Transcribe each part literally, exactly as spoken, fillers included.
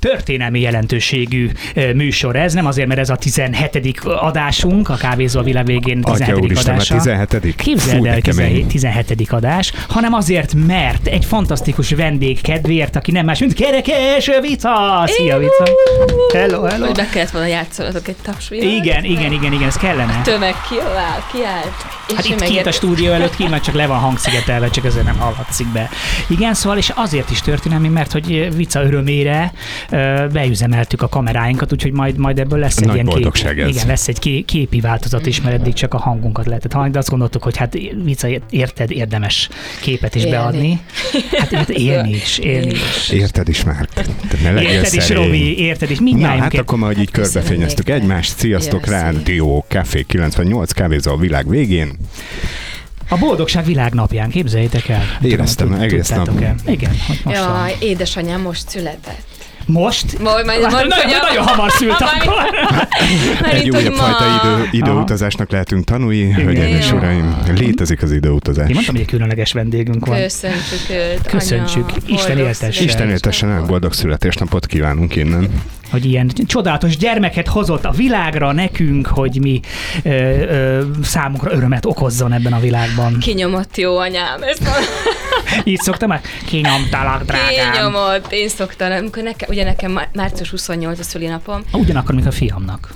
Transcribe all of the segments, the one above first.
történelmi jelentőségű műsor ez, nem azért, mert ez a tizenhetedik adásunk, a Kávézó a világ végén tizenhetedik adása. tizenhetedik Képzeld el, tizenhetedik adás, hanem azért, mert egy fantasztikus vendég kedvéért, aki nem más, mint Kerekes Vica. Szia, Vica! Hello, hello! Hogy be kellett volna játszolatok egy tapsvilágot. Igen, igen, igen, igen, ez kellene. A tömeg kiáll, kiállt. Hát itt kint a stúdió előtt ki, mert csak le van hangszigetelve, csak ezért nem hallatszik be. Igen, szóval, és azért is történelmi, mert hogy Vica örömére beüzemeltük a kameráinkat, úgyhogy majd, majd ebből lesz egy nagy ilyen kép, ez. igen, lesz egy képi változat is, mert eddig csak a hangunkat lehetett hallani, de azt gondoltuk, hogy hát Vica, érted, érdemes képet is élni. Beadni. Hát érted, élni is, élni is. Érted is már. Ne érted is, Robi, érted is. Na, hát akkor majd így körbefényeztük egymást. Sziasztok, Rádió Café kilencvennyolc, Kávézó a világ végén. A boldogság világnapján, képzeljétek el. Éreztem, tudom, egész nap. Igen, hogy most Jaj, van. édesanyám most született. Most? Majd, majd, hát, majd, nagyon, mondjam, nagyon hamar szült akkor. Egy újabb fajta idő, időutazásnak lehetünk tanulni, hölgyeim és uraim. Létezik az időutazás. Én mondtam, hogy egy különleges vendégünk van. Köszöntsük őt, Köszöntsük. anya, Isten éltessen. Isten éltessen, boldog születésnapot kívánunk innen. Hogy ilyen csodálatos gyermeket hozott a világra nekünk, hogy mi ö, ö, számunkra örömet okozzon ebben a világban. Kinyomott jó anyám. Ezt van. Így szoktam már? Kinyomtalak, drágám. Kinyomott. Én szoktam, amikor nekem, ugye nekem március huszonnyolc a szülinapom. Ugyanakkor, mint a fiamnak.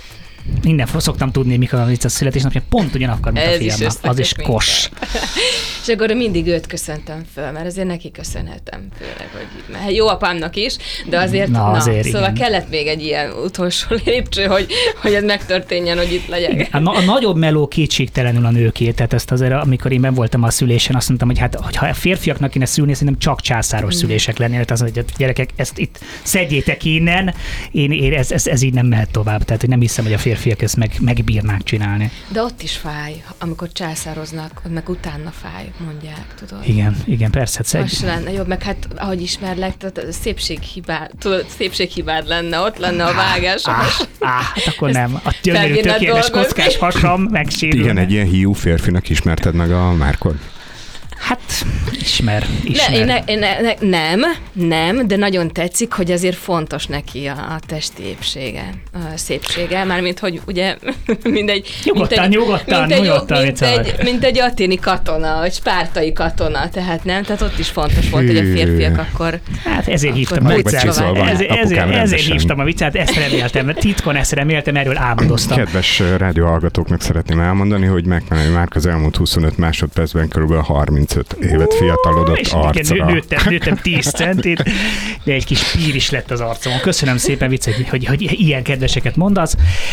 Minden szoktam tudni, mikor a Vica születésnapja, pont ugyanakkor, mint Ez a fiamnak. Is az is kos. És akkor mindig őt köszöntem föl, mert azért neki köszönhetem főleg, hogy hát jó apámnak is, de azért, na, azért na szóval igen. kellett még egy ilyen utolsó lépcső, hogy, hogy ez megtörténjen, hogy itt legyek. A, a nagyobb meló kétségtelenül a nőké, tehát ezt azért, amikor én benn voltam a szülésen, azt mondtam, hogy hát, hogyha a férfiaknak kéne szülni, szerintem csak császáros mm. szülések lennének, az, hogy gyerekek, ezt itt szedjétek innen, én, én ez, ez, ez így nem mehet tovább, tehát hogy nem hiszem, hogy a férfiak ezt meg, megbírnák csinálni. De ott is fáj, amikor császároznak, meg utána fáj, mondják, tudod. Igen, igen, persze. Az se lenne jobb, meg hát ahogy ismerlek, tehát szépséghibád, tudod, szépséghibád lenne, ott lenne a vágás. Ah, ah, ah, hát akkor nem. A gyönyörű, tökéletes kockás hasam megsérül. Igen, egy ilyen hiú férfinak ismerted meg a Márkot? Hát, ismer, ismer. Ne, ne, ne, ne, nem, nem, de nagyon tetszik, hogy azért fontos neki a, a testi épsége, a szépsége, mármint, hogy ugye mindegy... Nyugodtan, mint egy, nyugodtan, mint egy, nyugodtan. Mint egy, mint egy athéni katona, vagy spártai katona, tehát nem, tehát ott is fontos volt, hogy a férfiak akkor... Hát ezért akkor hívtam a Vicát. Ezért, ezért, ezért hívtam a Vicát, ezt reméltem, titkon ezt reméltem, erről álmodoztam. Kedves rádióhallgatóknak szeretném elmondani, hogy megfelelő már az elmúlt huszonöt másodpercben körülbelül harmincöt évet fiatalodott arcra. Igen, nőttem, nőttem tíz centit, de egy kis pír is lett az arcomon. Köszönöm szépen, Vicc, hogy, hogy, hogy ilyen kedveseket mondasz.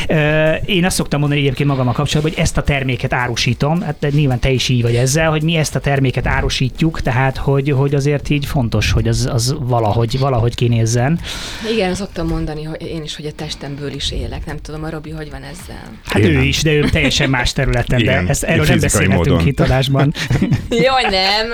Én azt szoktam mondani egyébként magammal kapcsolatban, hogy ezt a terméket árusítom, hát nyilván te is így vagy ezzel, hogy mi ezt a terméket árusítjuk, tehát hogy, hogy azért így fontos, hogy az, az valahogy, valahogy kinézzen. Igen, szoktam mondani, hogy én is, hogy a testemből is élek. Nem tudom, a Robi hogy van ezzel? Hát én ő nem. is, de ő teljesen más területen, igen, de ezt, erről nem beszélhetünk itt adásban. Jaj, nem.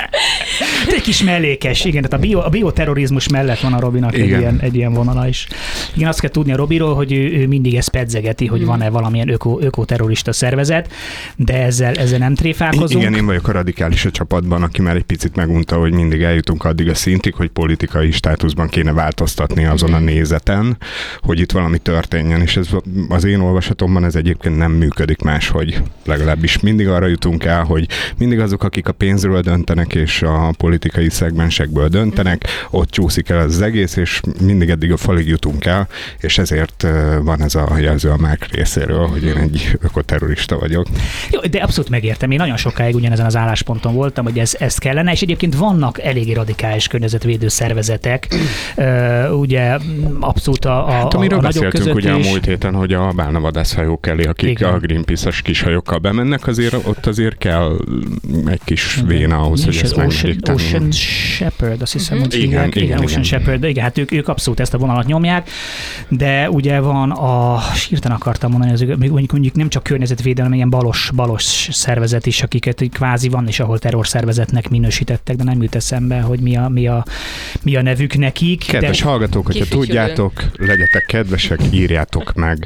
Egy kis mellékes, igen, tehát a, bio, a bioterrorizmus mellett van a Robinak egy ilyen, egy ilyen vonala is. Igen, azt kell tudni a Robiról, hogy ő, ő mindig ezt pedzegeti, hogy mm. van-e valamilyen öko, ökoterrorista szervezet, de ezzel, ezzel nem tréfálkozunk. Igen, én vagyok a radikális a csapatban, aki már egy picit megunta, hogy mindig eljutunk addig a szintig, hogy politikai státuszban kéne változtatni azon a nézeten, hogy itt valami történjen, és ez az én olvasatomban ez egyébként nem működik máshogy. Legalábbis mindig arra jutunk el, hogy mindig azok, akik a pénzről döntenek, és a politikai szegmensekből döntenek, ott csúszik el az egész, és mindig eddig a falig jutunk el, és ezért van ez a jelző a Márk részéről, hogy én egy ökoterrorista vagyok. Jó, de abszolút megértem. Én nagyon sokáig ugyanezen az állásponton voltam, hogy ez, ezt kellene, és egyébként vannak eléggé radikális környezetvédő szervezetek, uh, ugye abszolút a, a, hát, amiről a nagyobb között ugye is. a múlt héten, hogy a bálnavadászhajók elé, akik igen. a Greenpeace-es kis hajókkal bemennek, azért ott azért kell egy kis véna ahhoz, hogy ezt megdiktálni. Ocean Shepherd, azt hiszem, uh-huh. hogy igen, igen, igen, Ocean igen. Shepherd, igen, hát ők, ők abszolút ezt a vonalat nyomják, de ugye van a, sírtan akartam mondani, az, mondjuk, mondjuk nem csak környezetvédelem, ilyen balos, balos szervezet is, akiket kvázi van, és ahol terrorszervezetnek minősítettek, de nem jut eszembe, hogy mi a, mi a, mi a nevük nekik. Kedves de... hallgatók, hogyha tudjátok, legyetek kedvesek, írjátok meg.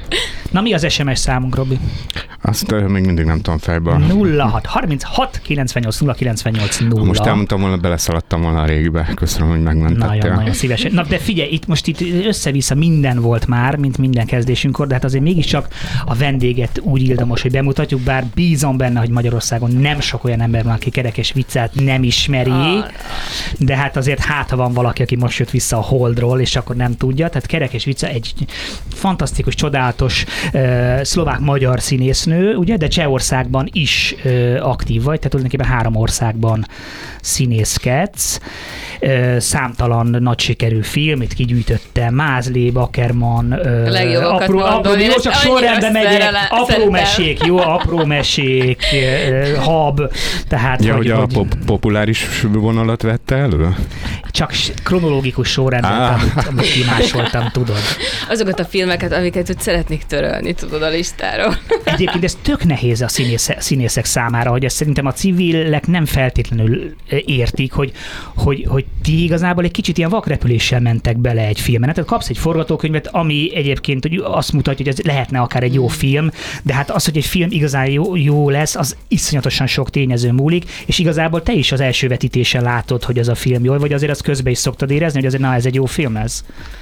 Na mi az es em es számunk, Robi? Azt uh, még mindig nem tudom fejben. nulla hat harminchat kilencvennyolc nulla kilencvennyolc nulla. Most elmondtam volna, beleszaladtam volna a régibe. Köszönöm, hogy megmentettél. Nagyon, nagyon szívesen. Na de figyelj, itt most itt össze-vissza minden volt már, mint minden kezdésünkkor, de hát azért mégiscsak a vendéget úgy illdomos, hogy bemutatjuk, bár bízom benne, hogy Magyarországon nem sok olyan ember van, aki Kerekes Viccát nem ismeri, de hát azért hát, ha van valaki, aki most jött vissza a Holdról, és akkor nem tudja. Tehát Kerekes Vicca egy fantasztikus, csodálatos uh, szlovák-magyar színésznő, ugye, de Csehországban is uh, aktív vagy, tehát tulajdonképpen három országban színészkedsz. Uh, számtalan nagy sikerű film, itt kigyűjtötte Mázlé, Bakerman, uh, apró, apró, jó, csak sorrendben megyek, apró szerintem. mesék, jó, apró mesék, uh, hab, tehát... Ja, hogy, hogy a hogy, pop- populáris vonalat vette elő? Csak kronológikus sorrendben, ah. amit, amit kimásoltam, tudod. Azokat a filmeket, amiket úgy szeretnék törölni, tudod, a listáról. Egyébként ez tök nehéz a színészek, színészek számára, hogy ezt szerintem a civilek nem feltétlenül értik, hogy, hogy, hogy ti igazából egy kicsit ilyen vakrepüléssel mentek bele egy filmen. Tehát kapsz egy forgatókönyvet, ami egyébként hogy azt mutatja, hogy ez lehetne akár egy jó film, de hát az, hogy egy film igazán jó, jó lesz, az iszonyatosan sok tényező múlik, és igazából te is az első vetítésen látod, hogy ez a film jó, vagy azért azt közben is szoktad érezni, hogy azért na, ez egy jó film lesz.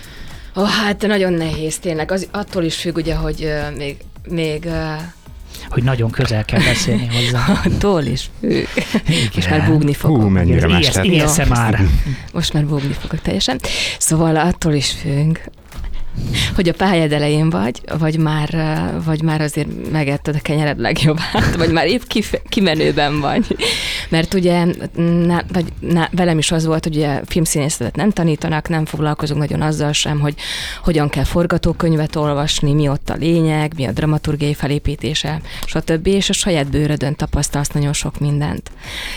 Ó, oh, hát nagyon nehéz tényleg. Az, attól is függ, ugye, hogy uh, még... még uh... hogy nagyon közel kell beszélni hozzá. Attól is függ. Most már búgni fogok. Hú, mennyire mester. Érsze már. Most már búgni fogok teljesen. Szóval attól is függ, hogy a pályád elején vagy, vagy már, vagy már azért megetted a kenyered legjobbát, vagy már épp kif- kimenőben vagy. Mert ugye ná, vagy, ná, velem is az volt, hogy ugye filmszínészetet nem tanítanak, nem foglalkozunk nagyon azzal sem, hogy hogyan kell forgatókönyvet olvasni, mi ott a lényeg, mi a dramaturgiai felépítése, stb. És a saját bőrödön tapasztalsz nagyon sok mindent.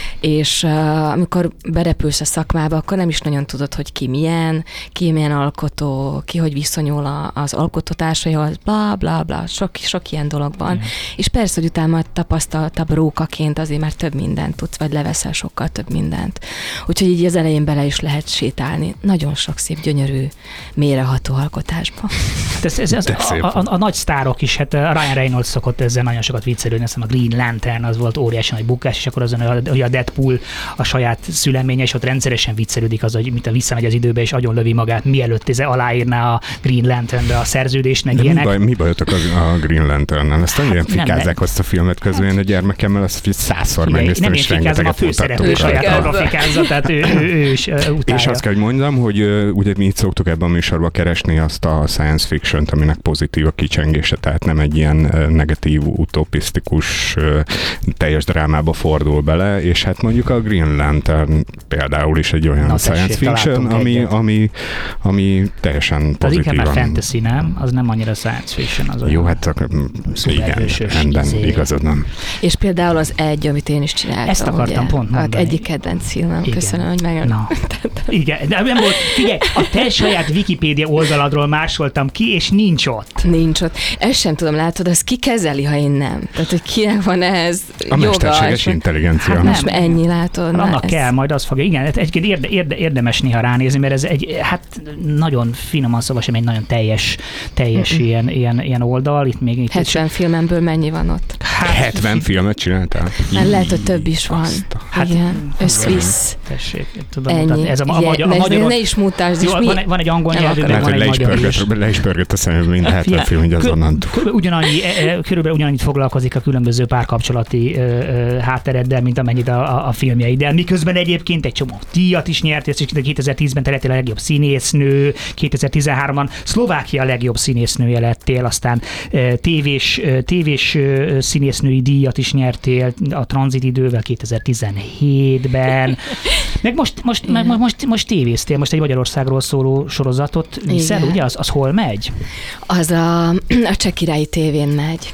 És uh, amikor berepülsz a szakmába, akkor nem is nagyon tudod, hogy ki milyen, ki milyen alkotó, ki hogy viszonyul az alkotótársaihoz, bla, bla, bla, sok, sok ilyen dolog van. Mm. És persze, hogy utána tapasztaltabb rókaként azért már több mindent tudsz, vagy leveszel sokkal több mindent. Úgyhogy így az elején bele is lehet sétálni. Nagyon sok szép, gyönyörű, mélyreható alkotásba. Ez, ez, ez a, a, a, a nagy sztárok is, hát Ryan Reynolds szokott ezzel nagyon sokat viccelődni, azt hiszem a Green Lantern az volt óriási nagy bukás, és akkor azon, hogy a Deadpool a saját szüleménye, és ott rendszeresen viccelődik az, hogy mit a visszamegy az időbe, és agyonlövi magát, mielőtt ez aláírná a Green Lanternre a szerződést, meg de ilyenek. Mi, baj, mi bajotok az, a Green Lanternnel? Ezt annyira hát, fikázzák azt a filmet közben, hát, a gyermekemmel azt, hogy százszor megnéztem, és rengeteget mutattuk. Saját maga fikázza, tehát ő, ő, ő is utálja. És azt kell, hogy mondjam, hogy ugye mi itt szoktuk ebben a műsorban keresni azt a science fiction-t, aminek pozitív a kicsengése, tehát nem egy ilyen negatív, utopisztikus, teljes drámába fordul bele, és hát mondjuk a Green Lantern például is egy olyan Na, science fiction, ami, ami, ami teljesen pozitívan. Az inkább már fantasy, nem? Az nem annyira science fiction. Az Jó, hát csak igen, rendben, igazad nem. És például az egy, amit én is csináltam. Ezt akartam ugye, pont mondani. Egyik kedvenc filmem. Igen. Köszönöm, hogy meg... Na. Igen, de nem volt, figyelj, a te saját Wikipédia oldaladról másoltam ki, és nincs ott. Nincs ott. Ezt sem tudom, látod, az ki kezeli, ha én nem. Tehát, hogy kinek van ehhez a joga. A mesterséges intelligencia. Hát most ennyi látod. Hát annak ez... kell, majd az fogja. Igen, egyébként érde, érde, érdemes néha ránézni, mert ez egy, hát nagyon finoman szóval sem egy nagyon teljes, teljes mm-hmm. ilyen, ilyen, ilyen oldal. Itt még hetven is... filmemből mennyi van ott? Hát, hetven filmet csináltál? Hát lehet, hogy több is van. Hát, igen, összvisz. Tessék, tudom mutatni. Ez a, a, magyar, a magyar... Ne is mutásd. Jó, van, van egy angol nyelvű, meg van egy magyar is. Le is pörgött a szemem, mint hetven film, hogy azonnal. Ugyanannyi, körülbelül ugyanannyit foglalkozik a különböző párkapcsolati háttereddel, mint amennyit a, a, a filmjeiddel. Miközben egyébként egy csomó díjat is nyert, és kétezer-tízben te lettél a legjobb színésznő, kétezer-tizenháromban Szlovákia legjobb színésznője lettél, aztán tévés, tévés színésznői díjat is nyertél a tranzitidővel kétezer-tizenhétben. Meg most, most, meg most, most tévéztél, most egy Magyarországról szóló sorozatot viszel, ugye? Az, az hol megy? Az a, a Cseh Királyi tévén megy,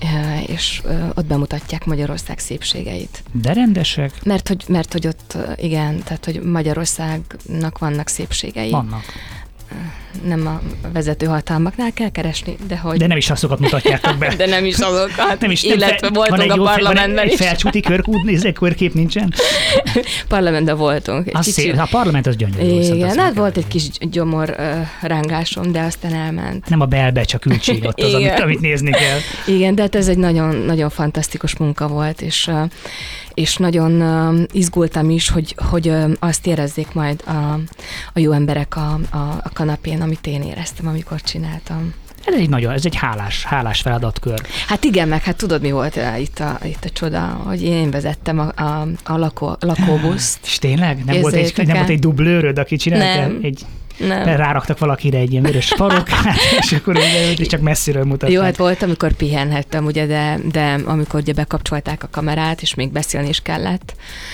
és ott bemutatják Magyarország szépségeit. De rendesek? Mert hogy, mert hogy ott, igen, tehát hogy Magyarországnak vannak szépségei. Vannak. nem a vezető hatalmaknál kell keresni, de hogy... De nem is azokat mutatjátok be. De nem is azokat, nem is, illetve nem, voltunk a parlamentben is. Egy felcsúti körkép nincsen? Parlamentben voltunk. Az kicsi... szép, a parlament az gyönyörű. Igen, hát volt egy kis gyomor uh, rángásom, de aztán elment. Nem a belbe, csak külcség ott az, amit, amit nézni kell. Igen, de hát ez egy nagyon, nagyon fantasztikus munka volt, és, uh, és nagyon uh, izgultam is, hogy, hogy uh, azt érezzék majd a, a jó emberek a, a, a kanapén, amit én éreztem, amikor csináltam. Ez egy nagyon, ez egy hálás, hálás feladatkör. Hát igen, meg hát tudod, mi volt itt a, itt a csoda, hogy én vezettem a, a, a lakó, lakóbuszt. És tényleg? Nem volt, egy, nem volt egy dublőröd, aki csinálta? Nem. Egy... Nem. Ráraktak valakire egy ilyen vörös farokát, és akkor úgy csak messziről mutatták. Jó, hát volt, amikor pihenhettem, ugye, de, de amikor ugye bekapcsolták a kamerát, és még beszélni is kellett,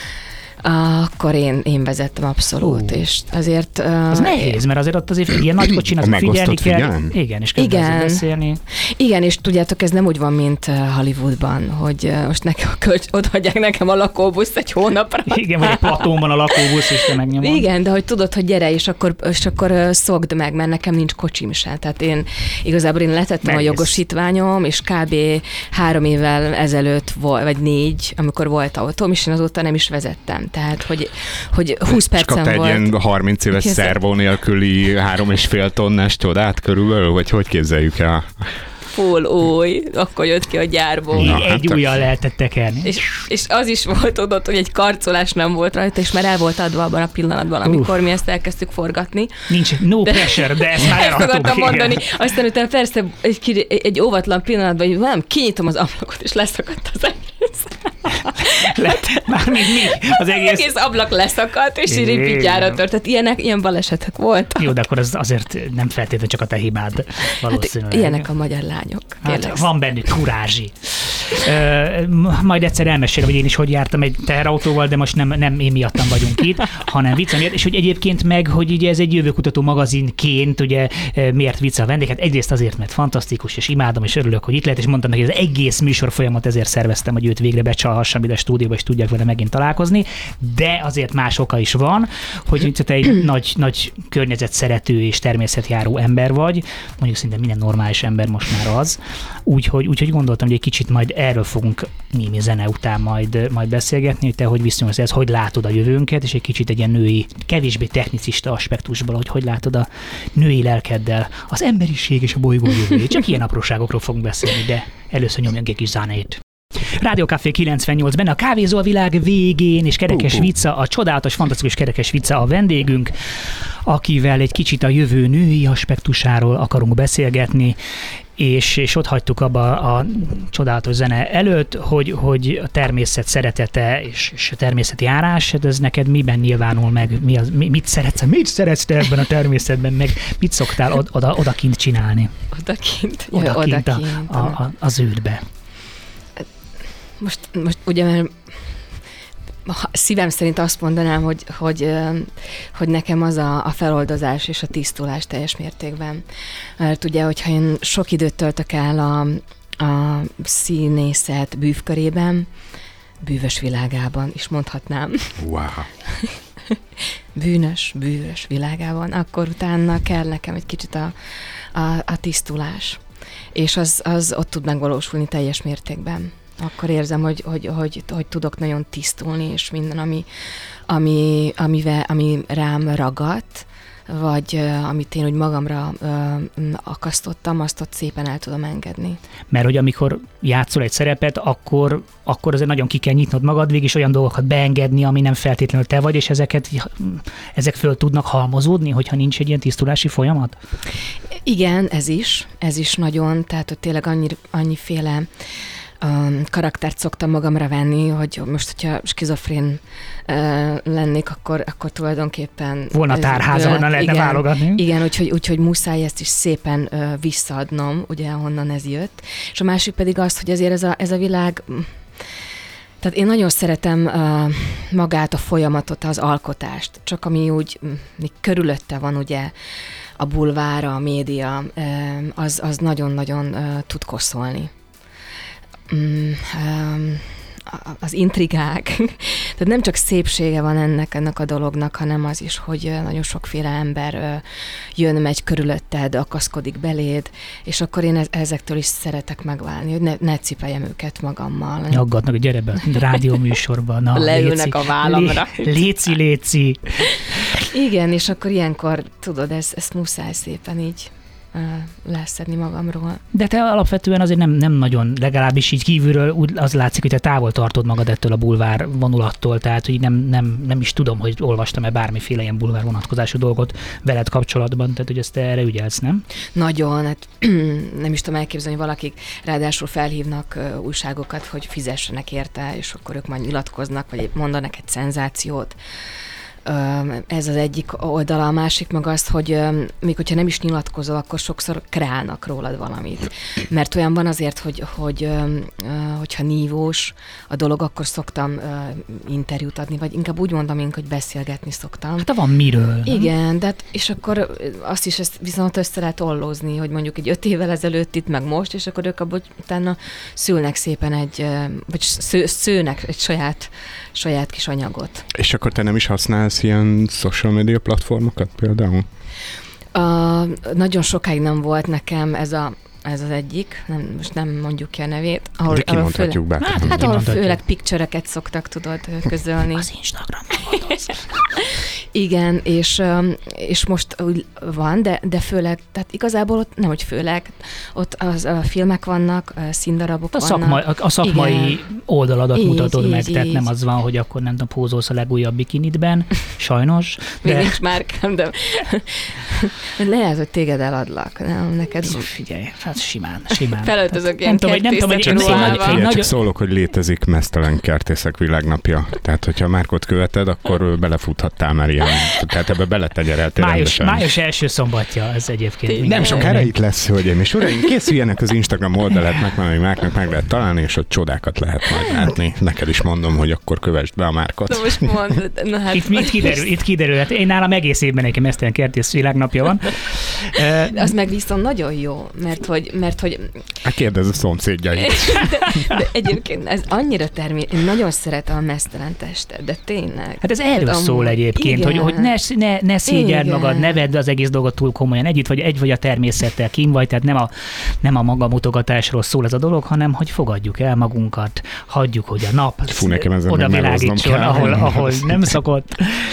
akkor én, én vezettem abszolút, uh. és azért... Ez uh, nehéz, mert azért ott azért ilyen nagy kocsinak figyelni kell. Figyelem? Igen, és közben igen. beszélni. Igen, és tudjátok, ez nem úgy van, mint Hollywoodban, hogy most nekem a kölcs, odaadják nekem a lakóbusz egy hónapra. Igen, vagy egy platónban a lakóbusz, és te megnyomod. Igen, de hogy tudod, hogy gyere, és akkor, és akkor szokd meg, mert nekem nincs kocsim sem. Tehát én igazából én letettem nehéz. A jogosítványom, és kb. három évvel ezelőtt volt, vagy négy, amikor volt autóm, és én azóta nem is vezettem. Tehát, hogy, hogy húsz percen volt. És kapta egy ilyen harminc éves szervó nélküli három és fél tonnás csodát körülbelül, vagy hogy képzeljük el? Full új, akkor jött ki a gyárból. Na, egy hát újjal lehetett tekerni. És, és az is volt, tudod, hogy egy karcolás nem volt rajta, és már el volt adva abban a pillanatban, amikor uh. mi ezt elkezdtük forgatni. Nincs no de, pressure, de ezt már ezt akartam mondani. Aztán utána persze egy, egy óvatlan pillanatban, hogy nem, kinyitom az ablakot, és leszakadt az egész. Lett, mármint mi? Az egész... egész ablak leszakadt, és így ripítjára tört. Tehát ilyenek, ilyen balesetek voltak. Jó, de akkor az azért nem feltétlenül csak a te hibád valószínűleg. Hát, ilyenek a magyar lányok. Hát, van bennük kurázsi. Uh, majd egyszer elmesélem, hogy én is hogy jártam egy teherautóval, de most nem, nem én miattam vagyunk itt, hanem vicca miatt. És hogy egyébként meg, hogy ugye ez egy jövőkutató magazinként, ugye miért vicca a vendég? Hát egyrészt azért, mert fantasztikus, és imádom, és örülök, hogy itt lehet, és mondtam neki, hogy az egész műsor folyamat ezért szerveztem, hogy őt végre becsalhassam ide a stúdióba, és tudják vele megint találkozni, de azért más oka is van, hogy te egy nagy, nagy környezetszerető és természetjáró ember vagy, mondjuk szinte minden normális ember most már az, úgyhogy, úgyhogy gondoltam, hogy egy kicsit majd erről fogunk némi zene után majd, majd beszélgetni, hogy te hogy viszonyulsz ez, hogy látod a jövőnket, és egy kicsit egy ilyen női, kevésbé technicista aspektusból, hogy hogy látod a női lelkeddel az emberiség és a bolygó jövőjét. Csak ilyen apróságokról fogunk beszélni, de először nyomjunk egy kis zenét. Rádió Café kilencvennyolc, benne a kávézó a világ végén, és Kerekes uh-huh. Vicca, a csodálatos, fantasztikus Kerekes Vicca a vendégünk, akivel egy kicsit a jövő női aspektusáról akarunk beszélgetni, és, és ott hagytuk abba a csodálatos zene előtt, hogy, hogy a természet szeretete és, és a természeti járás, ez neked miben nyilvánul meg, mi az, mi, mit szeretsz, mit szeretsz te ebben a természetben, meg mit szoktál od, oda, odakint csinálni? Odakint? Odakint, ja, odakint a, a, a, a zöldbe. Most, most ugye, mert szívem szerint azt mondanám, hogy, hogy, hogy nekem az a, a feloldozás és a tisztulás teljes mértékben. Mert ugye, hogyha én sok időt töltök el a, a színészet bűvkörében, bűvös világában is mondhatnám. Wow. Bűnös, bűvös világában, akkor utána kell nekem egy kicsit a, a, a tisztulás. És az, az ott tud megvalósulni teljes mértékben. Akkor érzem, hogy, hogy, hogy, hogy tudok nagyon tisztulni, és minden, ami, ami, amivel, ami rám ragadt, vagy uh, amit én úgy magamra uh, akasztottam, azt ott szépen el tudom engedni. Mert hogy amikor játszol egy szerepet, akkor, akkor azért nagyon ki kell nyitnod magad, végig is olyan dolgokat beengedni, ami nem feltétlenül te vagy, és ezeket, ezek föl tudnak halmozódni, hogyha nincs egy ilyen tisztulási folyamat? Igen, ez is, ez is nagyon, tehát hogy tényleg annyi, annyiféle Um, karaktert szoktam magamra venni, hogy most, hogyha skizofrén uh, lennék, akkor, akkor tulajdonképpen... Volna tárháza, onnan lehetne igen, válogatni. Igen, úgyhogy, úgyhogy muszáj ezt is szépen uh, visszaadnom, ugye, honnan ez jött. És a másik pedig az, hogy azért ez a, ez a világ... Tehát én nagyon szeretem uh, magát, a folyamatot, az alkotást, csak ami úgy mi körülötte van, ugye, a bulvára, a média, uh, az, az nagyon-nagyon uh, tud koszolni. Um, um, az intrigák. Tehát nem csak szépsége van ennek, ennek a dolognak, hanem az is, hogy nagyon sokféle ember jön, megy körülötted, akaszkodik beléd, és akkor én ezektől is szeretek megválni, hogy ne, ne cipeljem őket magammal. Nyaggatnak, hogy gyere be a rádióműsorban. Na, leülnek léci, a vállamra. Lé, léci, léci. Igen, és akkor ilyenkor, tudod, ez, ezt muszáj szépen így leszedni magamról. De te alapvetően azért nem, nem nagyon, legalábbis így kívülről úgy az látszik, hogy te távol tartod magad ettől a bulvár vonulattól, tehát hogy nem, nem, nem is tudom, hogy olvastam-e bármiféle ilyen bulvár vonatkozású dolgot veled kapcsolatban, tehát hogy ezt te erre ügyelsz, nem? Nagyon, hát nem is tudom elképzelni, hogy valakik ráadásul felhívnak újságokat, hogy fizessenek érte, és akkor ők majd nyilatkoznak, vagy mondanak egy szenzációt. Ez az egyik oldala, a másik meg az, hogy még hogyha nem is nyilatkozol, akkor sokszor kreálnak rólad valamit. Mert olyan van azért, hogy, hogy hogyha nívós a dolog, akkor szoktam interjút adni, vagy inkább úgy mondom, hogy beszélgetni szoktam. Hát van miről. Igen, de és akkor azt is ezt viszont össze lehet ollózni, hogy mondjuk egy öt évvel ezelőtt itt, meg most, és akkor ők abban utána szülnek szépen egy, vagy sző, szőnek egy saját, saját kis anyagot. És akkor te nem is használsz ilyen social media platformokat például? Uh, nagyon sokáig nem volt nekem ez a ez az egyik, nem, most nem mondjuk ki a nevét. Ahol, De kimondhatjuk be. Hát, hát ahol főleg picture-eket szoktak, tudod, közölni. Az Instagramon gondolsz. Igen, és, és most úgy van, de, de főleg, tehát igazából ott, nem hogy főleg, ott az, a filmek vannak, a színdarabok a vannak. Szakmai, a szakmai Igen. oldaladat így, mutatod így, meg, így, tehát így. Nem az van, hogy akkor nem tudom, pózolsz a legújabb bikinidben, sajnos. De... Még nincs márkám, de lehet, hogy téged eladlak, nem, neked. Figyelj, hát simán, simán. Felöltözök ilyen kertészek. Csak szólok, hogy létezik meztelen kertészek világnapja. Tehát, hogyha Márkot követed, akkor belefuthattál már ilyen. Tehát ebbe beletegyereltél május, május első szombatja ez egyébként. Nem sokára itt lesz, hölgyeim és uraim. Készüljenek az Instagram oldalatnak, mert Márknak meg lehet találni, és ott csodákat lehet majd látni. Neked is mondom, hogy akkor kövesd be a Márkot. Na most mondd. Na hát itt, itt, kiderül, itt kiderül. Hát én nálam egész évben nekem meztelen kertész világnapja van. Az meg viszont nagyon jó, mert hogy... Mert, hogy... Hát kérdezz a szomszédjait. de, de egyébként ez annyira természetes. Én nagyon szeretem a meztelen testet, de tényleg. Hát ez erről hát, szól egyébként, hogy, hogy ne, ne, ne szégyeld magad, ne vedd az egész dolgot túl komolyan. Együtt vagy, egy vagy a természettel, kim vagy, tehát nem a, nem a magamutogatásról szól ez a dolog, hanem hogy fogadjuk el magunkat, hagyjuk, hogy a nap Fú, oda világítson, ahol, ahol nem szokott.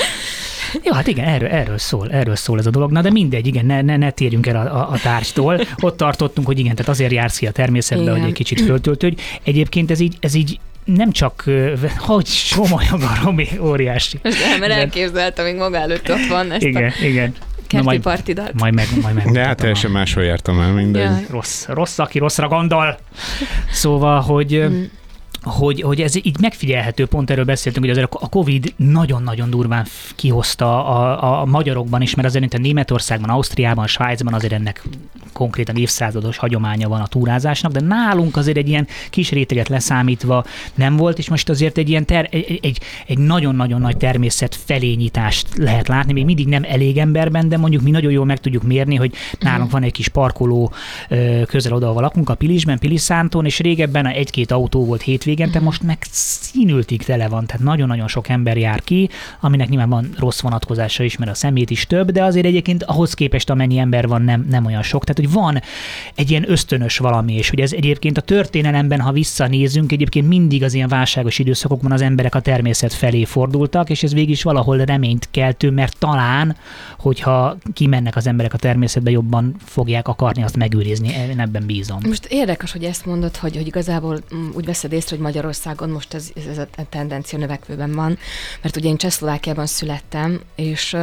Jó, hát igen, erről, erről szól, erről szól ez a dolog. Na, de mindegy, igen, ne, ne, ne térjünk el a, a, a tárgytól. Ott tartottunk, hogy igen, tehát azért jársz ki a természetbe, igen. hogy egy kicsit föltöltődj. Egyébként ez így, ez így nem csak, hogy somolyog a Romi, óriási. Most nem, mert elképzeltem, még maga előtt ott van ezt igen, a igen. kerti majd, partidat. Majd meg, majd meg. De hát teljesen máshol jártam el, mindegy. Ja. Rossz, rossz, aki rosszra gondol. Szóval, hogy... Hmm. Hogy, hogy ez így megfigyelhető, pont erről beszéltünk, hogy azért a Covid nagyon-nagyon durván kihozta a, a magyarokban is, mert azért Németországban, Ausztriában, Svájcban azért ennek konkrétan évszázados hagyománya van a túrázásnak, de nálunk azért egy ilyen kis réteget leszámítva nem volt, és most azért egy ilyen ter, egy, egy, egy nagyon-nagyon nagy természet felényítást lehet látni, még mindig nem elég emberben, de mondjuk mi nagyon jól meg tudjuk mérni, hogy nálunk van egy kis parkoló közel oda, ahol lakunk, a Pilisben, Piliszánton, és régebben egy-két autó volt hétvégén, de most meg színültig tele van, tehát nagyon-nagyon sok ember jár ki, aminek nyilván van rossz vonatkozása is, mert a szemét is több, de azért egyébként ahhoz képest amennyi ember van, nem, nem olyan sok. Tehát, hogy van egy ilyen ösztönös valami, és hogy ez egyébként a történelemben, ha visszanézünk, egyébként mindig az ilyen válságos időszakokban az emberek a természet felé fordultak, és ez végig is valahol reményt keltő, mert talán, hogyha kimennek az emberek a természetbe, jobban fogják akarni azt megőrizni. Én ebben bízom. Most érdekes, hogy ezt mondod, hogy, hogy igazából úgy veszed észre, hogy Magyarországon most ez, ez a tendencia növekvőben van, mert ugye én Csehszlovákiában születtem, és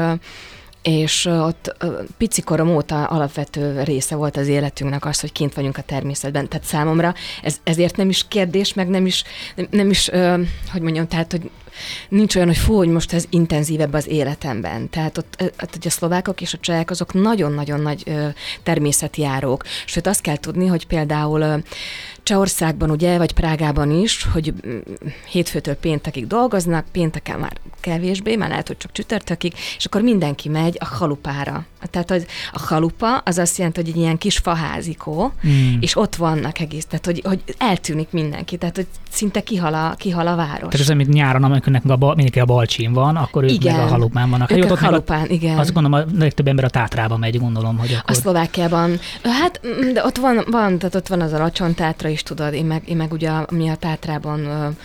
és ott pici korom óta alapvető része volt az életünknek az, hogy kint vagyunk a természetben. Tehát számomra ez, ezért nem is kérdés, meg nem is, nem, nem is hogy mondjam, tehát, hogy nincs olyan, hogy fú, hogy most ez intenzívebb az életemben. Tehát ott a szlovákok és a csehek azok nagyon-nagyon nagy természeti járók. Sőt, azt kell tudni, hogy például Csehországban, ugye, vagy Prágában is, hogy hétfőtől péntekig dolgoznak, pénteken már kevésbé, már lehet, hogy csak csütörtökig, és akkor mindenki megy a halupára. Tehát az, a halupa az azt jelenti, hogy egy ilyen kis faházikó, mm. és ott vannak egész, tehát hogy, hogy eltűnik mindenki, tehát hogy szinte kihal a, kihal a város. Tehát ez, amit nyáron, amikor a, ba, mindenki a Balcsin van, akkor ők igen. meg a halupán vannak. Ők hát, a halupán, a, igen. Azt gondolom, a legtöbb ember a Tátrában megy, gondolom, hogy akkor... A Szlovákiában, hát de ott van, van, tehát ott van az a Lacsontátra is, tudod, én meg, én meg ugye mi a Tátrában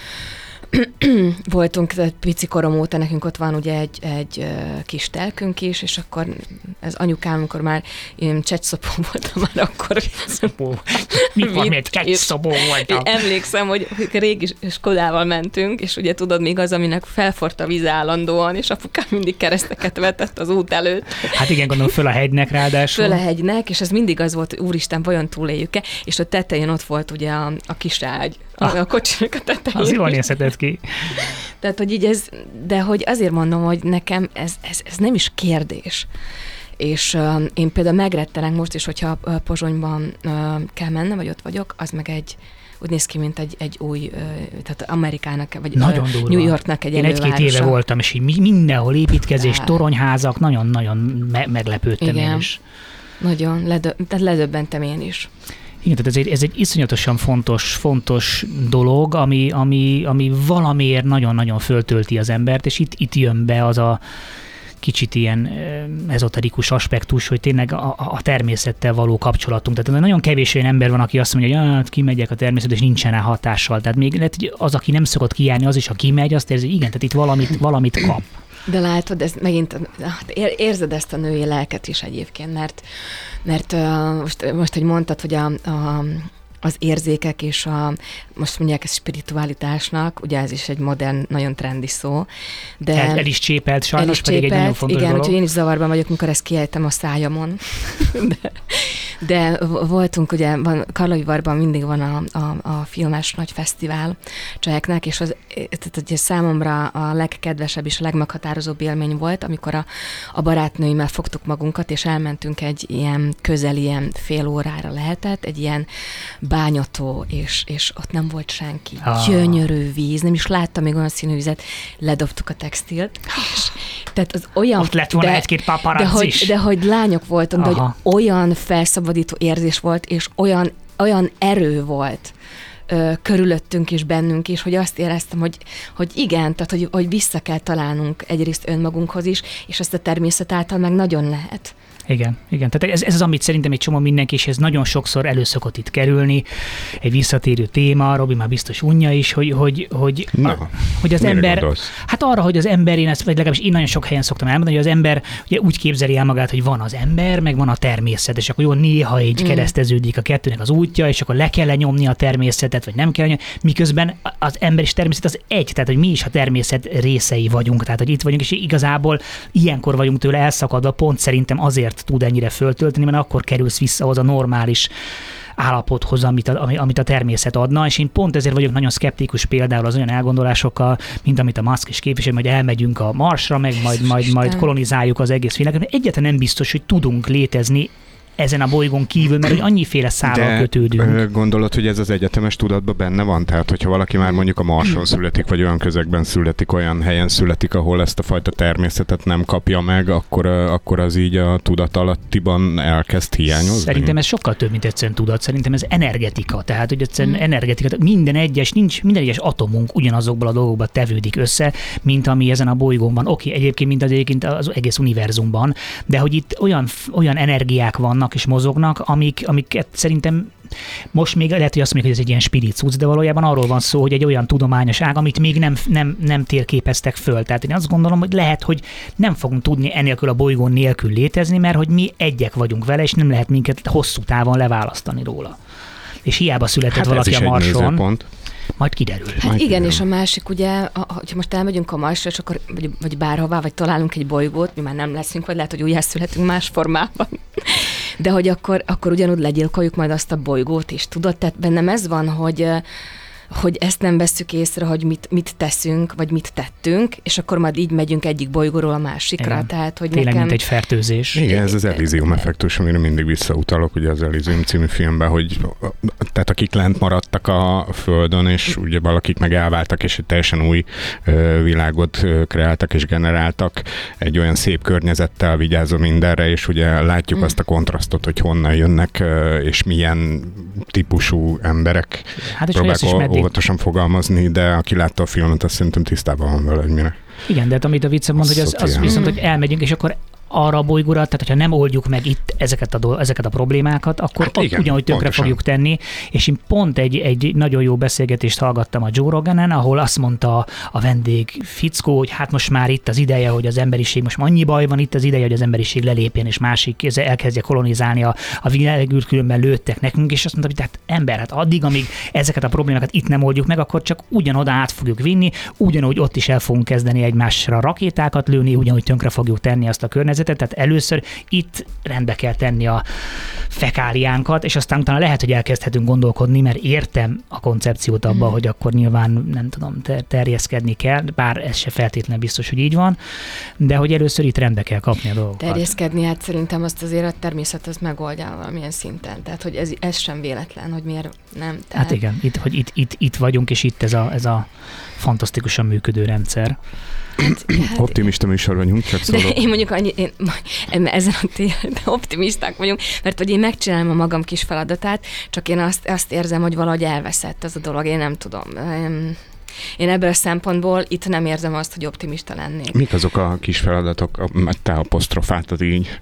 voltunk pici korom óta, nekünk ott van ugye egy, egy uh, kis telkünk is, és akkor ez anyukám, amikor már én csecsszopó voltam már akkor. Szopó. Mikor miért csecsszopó voltam? Emlékszem, hogy régi Skodával mentünk, és ugye tudod, még az, aminek felforrt a víz állandóan, és apukám mindig kereszteket vetett az út előtt. Hát igen, gondolom, föl a hegynek ráadásul. Föl a hegynek, és ez mindig az volt, hogy úristen, vajon túléljük-e, és a tetején ott volt ugye a, a kis ágy, a, a kocsinak a tetején. Az jól nézhetett ki. Tehát, hogy így ez, de hogy azért mondom, hogy nekem ez, ez, ez nem is kérdés. És uh, én például megrettelek most is, hogyha uh, Pozsonyban uh, kell mennem, vagy ott vagyok, az meg egy, úgy néz ki, mint egy, egy új, uh, tehát Amerikának, vagy nagyon uh, New Yorknak egy Én egy-két éve voltam, és így mindenhol építkezés, de. toronyházak, nagyon-nagyon me- meglepődtem igen. én is. Nagyon, ledö- tehát ledöbbentem én is. Igen, tehát ez egy, ez egy iszonyatosan fontos, fontos dolog, ami, ami, ami valamiért nagyon-nagyon föltölti az embert, és itt, itt jön be az a kicsit ilyen ezoterikus aspektus, hogy tényleg a, a természettel való kapcsolatunk. Tehát nagyon kevés olyan ember van, aki azt mondja, hogy hát kimegyek a természet, és nincsen rá hatással. Tehát még lehet, hogy az, aki nem szokott kijárni, az is, aki megy, azt érzi, igen, tehát itt valamit, valamit kap. De látod, ez megint, érzed ezt a női lelket is egyébként, mert, mert uh, most, most, hogy mondtad, hogy a, a, az érzékek és a, most mondják ezt spiritualitásnak, ugye ez is egy modern, nagyon trendi szó. De el, el is csépelt sajnos, is pedig csépelt, egy nagyon fontos igen, dolog. úgyhogy én is zavarban vagyok, amikor ezt kiejtem a szájamon. de, de voltunk, ugye, van, Karlóivarban mindig van a, a, a filmes nagy fesztivál Cseheknek, és az, tehát ugye számomra a legkedvesebb és a legmeghatározóbb élmény volt, amikor a, a barátnőimmel fogtuk magunkat, és elmentünk egy ilyen közel, ilyen fél órára lehetett, egy ilyen bányató, és, és ott nem volt senki. Ah. Gyönyörű víz, nem is láttam még olyan színű vizet, ledobtuk a textilt, és tehát az olyan... Ott lett volna egy-két paparazzi de hogy, is. de hogy lányok voltunk, de hogy olyan felszabadító érzés volt, és olyan, olyan erő volt ö, körülöttünk és bennünk is, hogy azt éreztem, hogy, hogy igen, tehát hogy, hogy vissza kell találnunk egyrészt önmagunkhoz is, és ezt a természet által meg nagyon lehet. Igen, igen. Tehát ez, ez az, amit szerintem egy csomó mindenki, és ez nagyon sokszor előszokott itt kerülni, egy visszatérő téma, Robi már biztos unja is, hogy, hogy, hogy, Na, a, hogy az ember, gondolsz? Hát arra, hogy az ember, én ezt, vagy legalábbis én nagyon sok helyen szoktam elmondani, hogy az ember ugye úgy képzeli el magát, hogy van az ember, meg van a természet, és akkor jó, néha így mm. kereszteződik a kettőnek az útja, és akkor le kell lenyomni a természetet, vagy nem kell lenyomni, miközben az ember és természet az egy, tehát hogy mi is a természet részei vagyunk, tehát hogy itt vagyunk, és igazából ilyenkor vagyunk tőle elszakadva, pont szerintem azért tud ennyire föltölteni, mert akkor kerülsz vissza ahhoz a normális állapothoz, amit a, amit a természet adna, és én pont ezért vagyok nagyon szkeptikus például az olyan elgondolásokkal, mint amit a Musk is képvisel, hogy elmegyünk a Marsra, meg majd, majd, majd kolonizáljuk az egész világot. Egyáltalán nem biztos, hogy tudunk létezni ezen a bolygón kívül, mert hogy annyiféle szállal kötődünk. Gondolod, hogy ez az egyetemes tudatban benne van? Tehát, hogyha valaki már mondjuk a Marson születik, vagy olyan közegben születik, olyan helyen születik, ahol ezt a fajta természetet nem kapja meg, akkor, akkor az így a tudatalattiban elkezd hiányozni? Szerintem ez sokkal több, mint egyszerűen tudat. Szerintem ez energetika. Tehát, hogy egyszerűen energetika. Minden egyes, nincs, minden egyes atomunk ugyanazokból a dolgokból tevődik össze, mint ami ezen a bolygón van. Oké, egyébként, mint az, egyébként az egész univerzumban, de hogy itt olyan, olyan energiák vannak, és mozognak, amik, amiket szerintem most még lehet, hogy azt mondjuk, hogy ez egy ilyen spiricuc, de valójában arról van szó, hogy egy olyan tudományos ág, amit még nem, nem, nem térképeztek föl. Tehát én azt gondolom, hogy lehet, hogy nem fogunk tudni enélkül a bolygón nélkül létezni, mert hogy mi egyek vagyunk vele, és nem lehet minket hosszú távon leválasztani róla. És hiába született hát valaki a Marson. Majd kiderül. Hát Majd igen, kiderül. És a másik ugye, a, hogyha most elmegyünk a Marsra, és akkor, vagy, vagy bárhová, vagy találunk egy bolygót, mi már nem leszünk, vagy lehet, hogy újjászületünk más formában. De hogy akkor, akkor ugyanúgy legyilkoljuk majd azt a bolygót is, tudod? Tehát bennem ez van, hogy, hogy ezt nem vesszük észre, hogy mit, mit teszünk, vagy mit tettünk, és akkor majd így megyünk egyik bolygóról a másikra. Igen. Tehát, hogy Tényleg, nekem... mint egy fertőzés. Igen, ez az Elysium effektus, amire mindig visszautalok, ugye az Elysium című filmben, hogy tehát akik lent maradtak a Földön, és ugye valakik meg elváltak, és egy teljesen új ö, világot ö, kreáltak és generáltak, egy olyan szép környezettel vigyázó mindenre, és ugye látjuk mm. azt a kontrasztot, hogy honnan jönnek, ö, és milyen típusú emberek. Hát és Próbálok meddig... óvatosan fogalmazni, de aki látta a filmet, azt szerintem tisztában van vele, hogy mire. Igen, de hát amit a viccem mond, hogy az, az viszont, hogy elmegyünk, és akkor arra a bolygóra, tehát hogyha nem oldjuk meg itt ezeket a, do- ezeket a problémákat, akkor hát igen, ugyanúgy tönkre pontosan. fogjuk tenni, és én pont egy, egy nagyon jó beszélgetést hallgattam a Joe Roganen, ahol azt mondta a vendég fickó, hogy hát most már itt az ideje, hogy az emberiség, most annyi baj van, itt az ideje, hogy az emberiség lelépjen, és másik elkezdje kolonizálni a, a világűrt, különben lőttek nekünk, és azt mondta, hogy tehát ember, hát addig, amíg ezeket a problémákat itt nem oldjuk meg, akkor csak ugyanoda át fogjuk vinni, ugyanúgy ott is el fogunk kezdeni egymásra rakétákat lőni, ugyanúgy tönkre fogjuk tenni azt a környezetet. Tehát először itt rendbe kell tenni a fekáliánkat, és aztán utána lehet, hogy elkezdhetünk gondolkodni, mert értem a koncepciót abba, mm. hogy akkor nyilván, nem tudom, terjeszkedni kell, bár ez se feltétlenül biztos, hogy így van, de hogy először itt rendbe kell kapni a dolgokat. Terjeszkedni, hát szerintem azt azért a természet az megoldja valamilyen szinten. Tehát, hogy ez, ez sem véletlen, hogy miért nem. Tehát... Hát igen, itt, hogy itt, itt, itt vagyunk, és itt ez a, ez a fantasztikusan működő rendszer. Hát, hát, optimista műsor vagyunk, csak szólok. De én mondjuk annyi, én, ezen a téren optimisták vagyunk, mert hogy én megcsinálom a magam kis feladatát, csak én azt, azt érzem, hogy valahogy elveszett ez a dolog, én nem tudom. Én, én ebből a szempontból itt nem érzem azt, hogy optimista lennék. Mik azok a kis feladatok, te apostrofáltad így,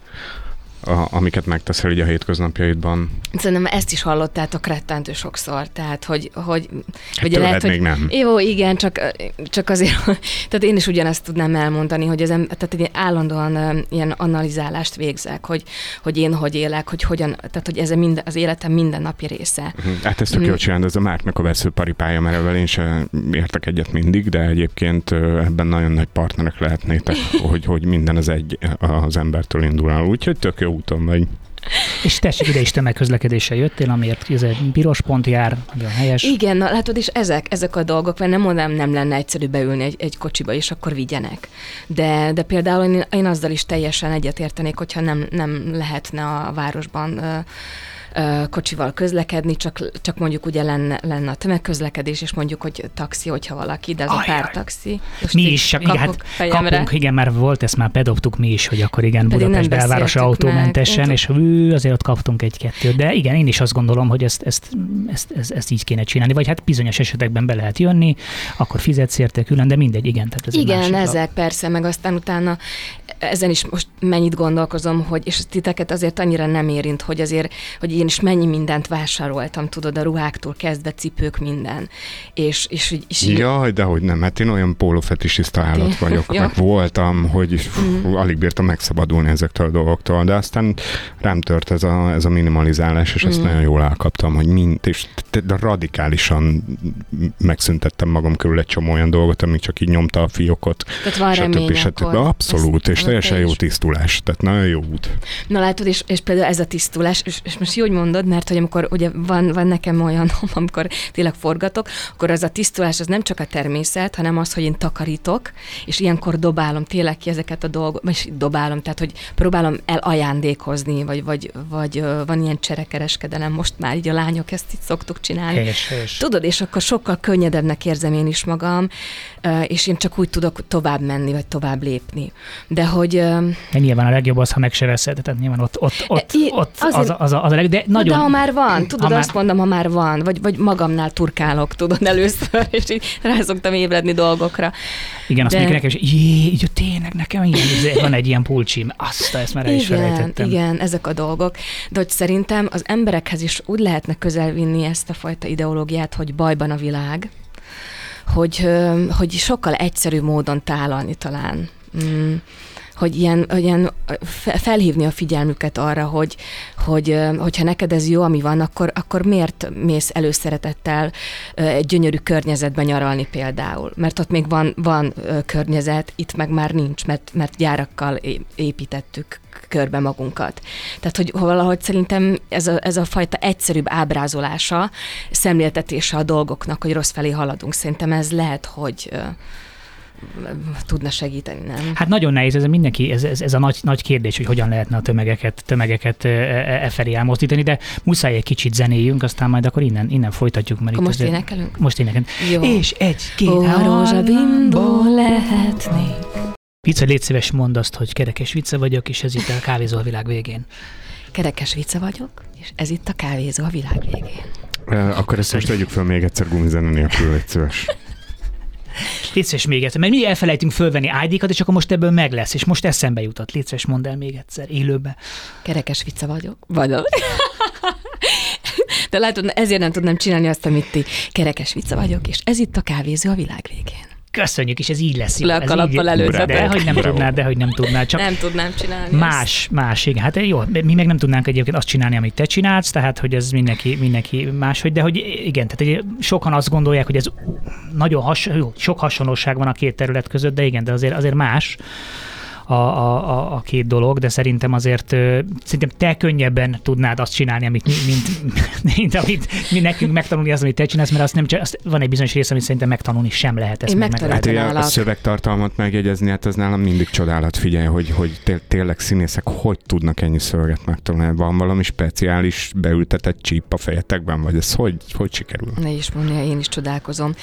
A, amiket megteszel így a hétköznapjaidban? Szerintem ezt is hallottátok rettentő sokszor, tehát hogy... hogy hát tőled lehet, még hogy, nem. Jó, igen, csak, csak azért, tehát én is ugyanezt tudnám elmondani, hogy az em, tehát én állandóan ilyen analizálást végzek, hogy, hogy én hogy élek, hogy hogyan, tehát hogy ez a minden, az életem mindennapi része. Hát ezt tök jól csinálod, ez a Márknak a veszőparipája, mert ebben én sem értek egyet mindig, de egyébként ebben nagyon nagy partnerek lehetnétek, hogy, hogy minden az egy az embertől indul el, úgyhogy tök jó úton vagy. És tessék, ide is tömegközlekedéssel jöttél, amiért ez egy piros pont jár, nagyon helyes. Igen, na, látod, és ezek, ezek a dolgok, mert nem mondom, nem lenne egyszerű beülni egy, egy kocsiba, és akkor vigyenek. De, de például én, én azzal is teljesen egyetértenék, hogyha nem, nem lehetne a városban ö, kocsival közlekedni, csak, csak mondjuk ugye lenne, lenne a tömegközlekedés, és mondjuk, hogy taxi, hogyha valaki, de az Ajaj. a pár taxi. Mi is, csak igen, hát kapunk, igen, már volt, ezt már bedobtuk mi is, hogy akkor igen, pedig Budapest belvárosa autómentesen, meg. És hű, azért ott kaptunk egy-kettőt. De igen, én is azt gondolom, hogy ezt, ezt, ezt, ezt, ezt így kéne csinálni, vagy hát bizonyos esetekben be lehet jönni, akkor fizetsz érte külön, de mindegy, igen. Tehát ez igen, ezek a... persze, meg aztán utána ezen is most mennyit gondolkozom, hogy, és titeket azért annyira nem érint, hogy azért, hogy én is mennyi mindent vásároltam, tudod, a ruháktól kezdve, cipők, minden. És, és, és Jaj, de hogy nem, hát én olyan pólófetisista állat vagyok, meg voltam, hogy mm. alig bírtam megszabadulni ezektől a dolgoktól, de aztán rám tört ez a, ez a minimalizálás, és mm. ezt nagyon jól elkaptam, hogy mind, és radikálisan megszüntettem magam körül egy csomó olyan dolgot, ami csak így nyomta a fiókot. Tehát van remény akkor. Abszolút, és teljesen jó tisztulás, tehát nagyon jó út. Na látod, és, és például ez a tisztulás, és, és most jó, hogy mondod, mert hogy amikor ugye van, van nekem olyan, amikor tényleg forgatok, akkor az a tisztulás az nem csak a természet, hanem az, hogy én takarítok, és ilyenkor dobálom tényleg ki ezeket a dolgokat, és dobálom, tehát hogy próbálom elajándékozni, vagy, vagy, vagy van ilyen cserekereskedelem, most már így a lányok ezt így szoktuk csinálni. Helyes, helyes. Tudod, és akkor sokkal könnyedebbnek érzem én is magam, és én csak úgy tudok tovább menni, vagy tovább lépni. De hogy... De nyilván a legjobb az, ha meg se veszed, tehát nyilván ott, ott, ott, I, ott az, az, az, a, az a legjobb, de nagyon... De ha már van, tudod, ha azt már... mondom, ha már van, vagy, vagy magamnál turkálok, tudod, először, és így rá szoktam ébredni dolgokra. Igen, azt de... mondjuk nekem is, jé, így tényleg nekem igen, van egy ilyen pulcsim, azt, ezt már el is felejtettem. Igen, ezek a dolgok. De hogy szerintem az emberekhez is úgy lehetne közelvinni ezt a fajta ideológiát, hogy bajban a világ, hogy, hogy sokkal egyszerűbb módon tálalni talán. Mm. hogy ilyen, ilyen felhívni a figyelmüket arra, hogy, hogy hogyha neked ez jó, ami van, akkor, akkor miért mész előszeretettel egy gyönyörű környezetben nyaralni például? Mert ott még van, van környezet, itt meg már nincs, mert, mert gyárakkal építettük körbe magunkat. Tehát, hogy valahogy szerintem ez a, ez a fajta egyszerűbb ábrázolása, szemléltetése a dolgoknak, hogy rossz felé haladunk. Szerintem ez lehet, hogy tudna segíteni, nem? Hát nagyon nehéz, ez mindenki, ez, ez, ez a nagy, nagy kérdés, hogy hogyan lehetne a tömegeket, tömegeket e, e felé elmozdítani, de muszáj egy kicsit zenéljünk, aztán majd akkor innen, innen folytatjuk. Mert akkor most azért, énekelünk? Most énekelünk. Jó. És egy, két, Ó, a rózsabimból lehetni. Vicca, légy szíves, mondd azt, hogy kerekes vicca vagyok, és ez itt a kávézó a világ végén. Kerekes vicca vagyok, és ez itt a kávézó a világ végén. Uh, akkor ezt most vegyük fel még egyszer gumizene nélkül, légy szíves. Légy szíves még egyszer, mert mi elfelejtünk fölvenni í dé-kat, és akkor most ebből meg lesz, és most eszembe jutott. Légy szíves, mondd el még egyszer, élőbe. Kerekes vicca vagyok. Vagyok. De látod, ezért nem tudnám csinálni azt, amit ti. Kerekes vicca vagyok, és ez itt a kávézó a világ végén. Köszönjük, és ez így lesz. Le a kalappal előtte. De hogy nem tudnád, de hogy nem tudnád. Csak nem tudnám csinálni. Más, ezt. más, igen. Hát jó, mi meg nem tudnánk egyébként azt csinálni, amit te csinálsz, tehát hogy ez mindenki, mindenki máshogy, de hogy igen, tehát sokan azt gondolják, hogy ez nagyon has, jó, sok hasonlóság van a két terület között, de igen, de azért, azért más a, a, a két dolog, de szerintem azért szerintem te könnyebben tudnád azt csinálni, amit mi, mint, mint amit mi nekünk megtanulni az, amit te csinálsz, mert azt nem csak, azt van egy bizonyos része, amit szerintem megtanulni sem lehet. Ezt Én meg megtanítanálak. A szövegtartalmat megjegyezni, hát az nálam mindig csodálat, figyelj, hogy, hogy té- tényleg színészek hogy tudnak ennyi szöveget megtanulni. Van valami speciális beültetett csíp a fejetekben, vagy ez hogy, hogy sikerül? Ne is mondja, én is csodálkozom.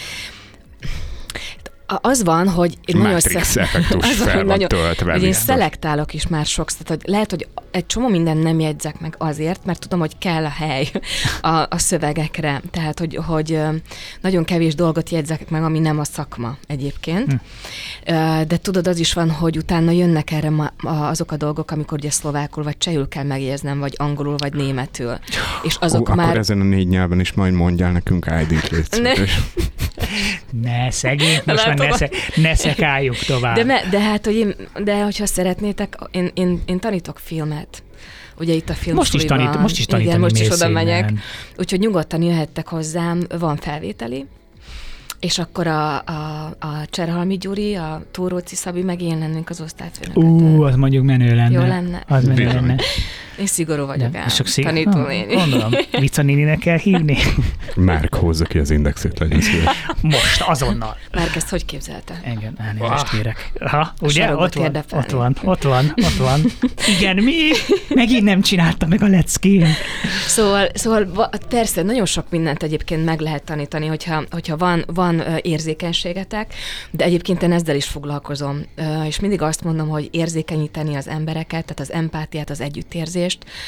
Az van, hogy én nagyon, Matrix effektus fel van nagyon, töltve. Hogy én szelektálok is már sokszor, hogy lehet, hogy egy csomó minden nem jegyzek meg azért, mert tudom, hogy kell a hely a, a szövegekre. Tehát, hogy, hogy nagyon kevés dolgot jegyzek meg, ami nem a szakma egyébként. Hm. De tudod, az is van, hogy utána jönnek erre azok a dolgok, amikor ugye szlovákul vagy csehül kell megjegyeznem, vagy angolul, vagy németül. És azok Ó, már... Akkor ezen a négy nyelven is majd mondjál nekünk í dé-t, légy szíves. Ne szegény, most már ne, sze, ne szekáljuk tovább. De, me, de hát, hogy én, de hogyha szeretnétek, én, én, én tanítok filmet. Ugye itt a film most is tanít, most is tanítani. Igen, most is oda szépen. megyek. Úgyhogy nyugodtan jöhettek hozzám, van felvételi, és akkor a, a, a Cserhalmi Gyuri, a Túróci Szabi, meg én lennénk az osztályfőnökötől. Ú, az mondjuk menő lenne. Jó lenne. Az menő lenne. Én szigorú vagyok ám, szig... tanítónéni. Gondolom, Vica néninek kell hívni. Márk, hozza ki az indexét, legyen szíves. Most, azonnal. Márk, ezt hogy képzelte? Engem elnézést kérek. Ha, ugye? Ott van, ott van, ott van, ott van. Igen, mi? Megint nem csinálta meg a leckén. Szóval, szóval persze, nagyon sok mindent egyébként meg lehet tanítani, hogyha, hogyha van, van érzékenységetek, de egyébként én ezzel is foglalkozom. És mindig azt mondom, hogy érzékenyíteni az embereket, tehát az empátiát, az együttérzést,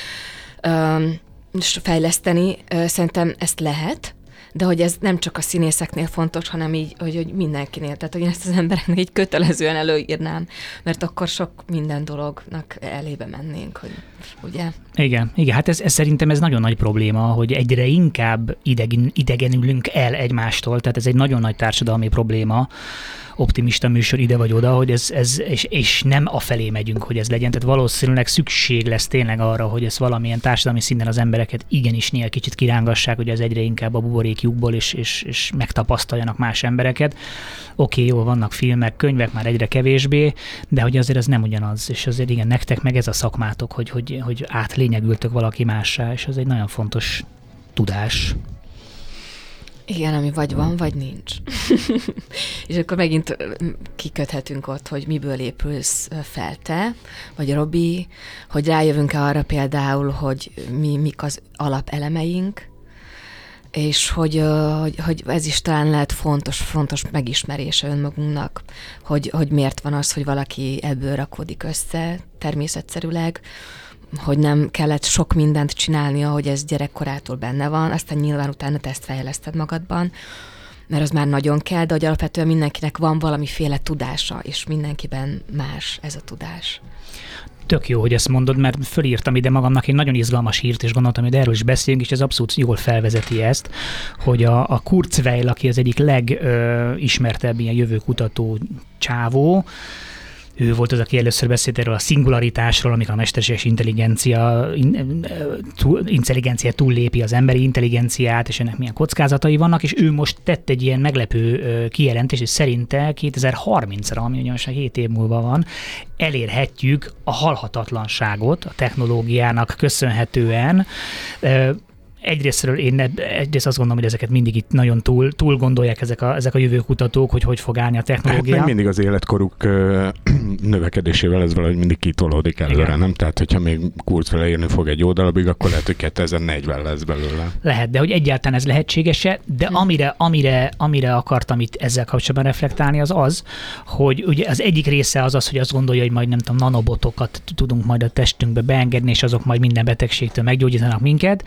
és fejleszteni, szerintem ezt lehet, de hogy ez nem csak a színészeknél fontos, hanem így, hogy, hogy mindenkinél. Tehát, hogy én ezt az embereknek így kötelezően előírnám, mert akkor sok minden dolognak elébe mennénk, hogy ugye? Igen, igen, hát ez, ez szerintem ez nagyon nagy probléma, hogy egyre inkább idegen, idegenülünk el egymástól, tehát ez egy nagyon nagy társadalmi probléma, optimista műsor ide vagy oda, hogy ez, ez és, és nem afelé megyünk, hogy ez legyen. Tehát valószínűleg szükség lesz tényleg arra, hogy ez valamilyen társadalmi szinten az embereket igenis néha kicsit kirángassák, hogy az egyre inkább a buborékjukból és, és, és megtapasztaljanak más embereket. Oké, jó, vannak filmek, könyvek, már egyre kevésbé, de hogy azért ez nem ugyanaz, és azért igen, nektek meg ez a szakmátok, hogy, hogy, hogy átlényegültök valaki mássá, és ez egy nagyon fontos tudás. Igen, ami vagy van, vagy nincs. És akkor megint kiköthetünk ott, hogy miből épülsz fel te, vagy Robi, hogy rájövünk-e arra például, hogy mi, mik az alapelemeink, és hogy, hogy, hogy ez is talán lehet fontos, fontos megismerése önmagunknak, hogy, hogy miért van az, hogy valaki ebből rakódik össze természetszerűleg, hogy nem kellett sok mindent csinálnia, hogy ez gyerekkorától benne van, aztán nyilván utána te ezt fejleszted magadban, mert az már nagyon kell, de hogy alapvetően mindenkinek van valamiféle tudása, és mindenkiben más ez a tudás. Tök jó, hogy ezt mondod, mert fölírtam ide magamnak egy nagyon izgalmas hírt, és gondoltam, hogy erről is beszélünk, és ez abszolút jól felvezeti ezt, hogy a, a Kurzweil, aki az egyik legismertebb ilyen jövőkutató csávó, ő volt az, aki először beszélt erről a szingularitásról, amikor a mesterséges intelligencia, in, túl, intelligencia túllépi az emberi intelligenciát, és ennek milyen kockázatai vannak, és ő most tett egy ilyen meglepő kijelentést, és szerinte kétezer-harmincra, ami ugyanis hét év múlva van, elérhetjük a halhatatlanságot a technológiának köszönhetően. Egyrésztről én egyrészt azt gondolom, hogy ezeket mindig itt nagyon túl, túl gondolják ezek a, ezek a jövőkutatók, hogy hogy fog állni a technológia. Hát mindig az életkoruk növekedésével ez valahogy mindig kitolódik előre, igen. Nem? Tehát, hogyha még kurzfele érni fog egy jó darabig, akkor lehet, hogy kétezer-negyven lesz belőle. Lehet, de hogy egyáltalán ez lehetséges-e, de hmm. amire, amire, amire akartam itt ezzel kapcsolatban reflektálni, az az, hogy ugye az egyik része az az, hogy azt gondolja, hogy majd nem tudom, nanobotokat tudunk majd a testünkbe beengedni, és azok majd minden betegségtől meggyógyítanak minket.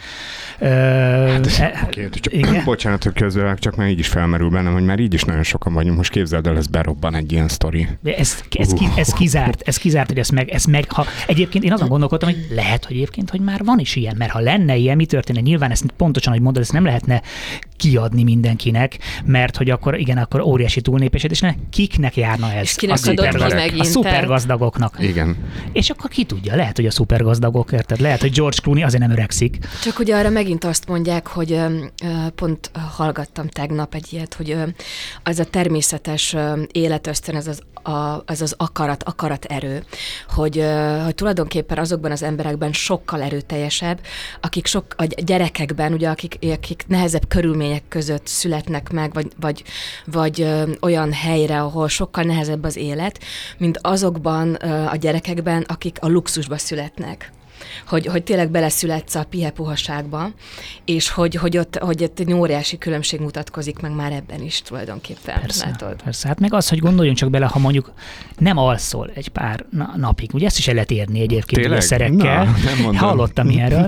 Hát ez, e, okay, csak, bocsánat, hogy közben, csak már így is felmerül bennem, hogy már így is nagyon sokan vagyunk. Most képzeld el, ez berobban egy ilyen sztori. De ez, ez, uh. ez, kizárt, ez kizárt, hogy ez meg, ez meg ha, egyébként én azon gondolkodtam, hogy lehet, hogy egyébként, hogy már van is ilyen, mert ha lenne ilyen, mi történne? Nyilván ezt pontosan, hogy mondod, ezt nem lehetne kiadni mindenkinek, mert hogy akkor igen, akkor óriási túlnépesedés, és kiknek járna ez? És kinek adott ki megint? A szupergazdagoknak. Igen. És akkor ki tudja, lehet, hogy a szupergazdagok, érted? Lehet, hogy George Clooney azért nem öregszik. Csak ugye arra megint azt mondják, hogy ö, pont hallgattam tegnap egy ilyet, hogy ö, az a természetes életösztön, ez az, a, az az akarat, akarat erő, hogy, ö, hogy tulajdonképpen azokban az emberekben sokkal erőteljesebb, akik sok, a gyerekekben, ugye, akik, akik nehezebb körülmények között születnek meg, vagy, vagy, vagy ö, olyan helyre, ahol sokkal nehezebb az élet, mint azokban ö, a gyerekekben, akik a luxusba születnek. Hogy, hogy tényleg beleszületsz a pihepuhaságba, és hogy, hogy, ott, hogy ott egy óriási különbség mutatkozik meg már ebben is tulajdonképpen. Persze, látod? Persze. Hát meg az, hogy gondoljunk csak bele, ha mondjuk nem alszol egy pár napig, ugye ezt is el lehet érni egyébként a szerekkel. Na, hallottam ilyenről.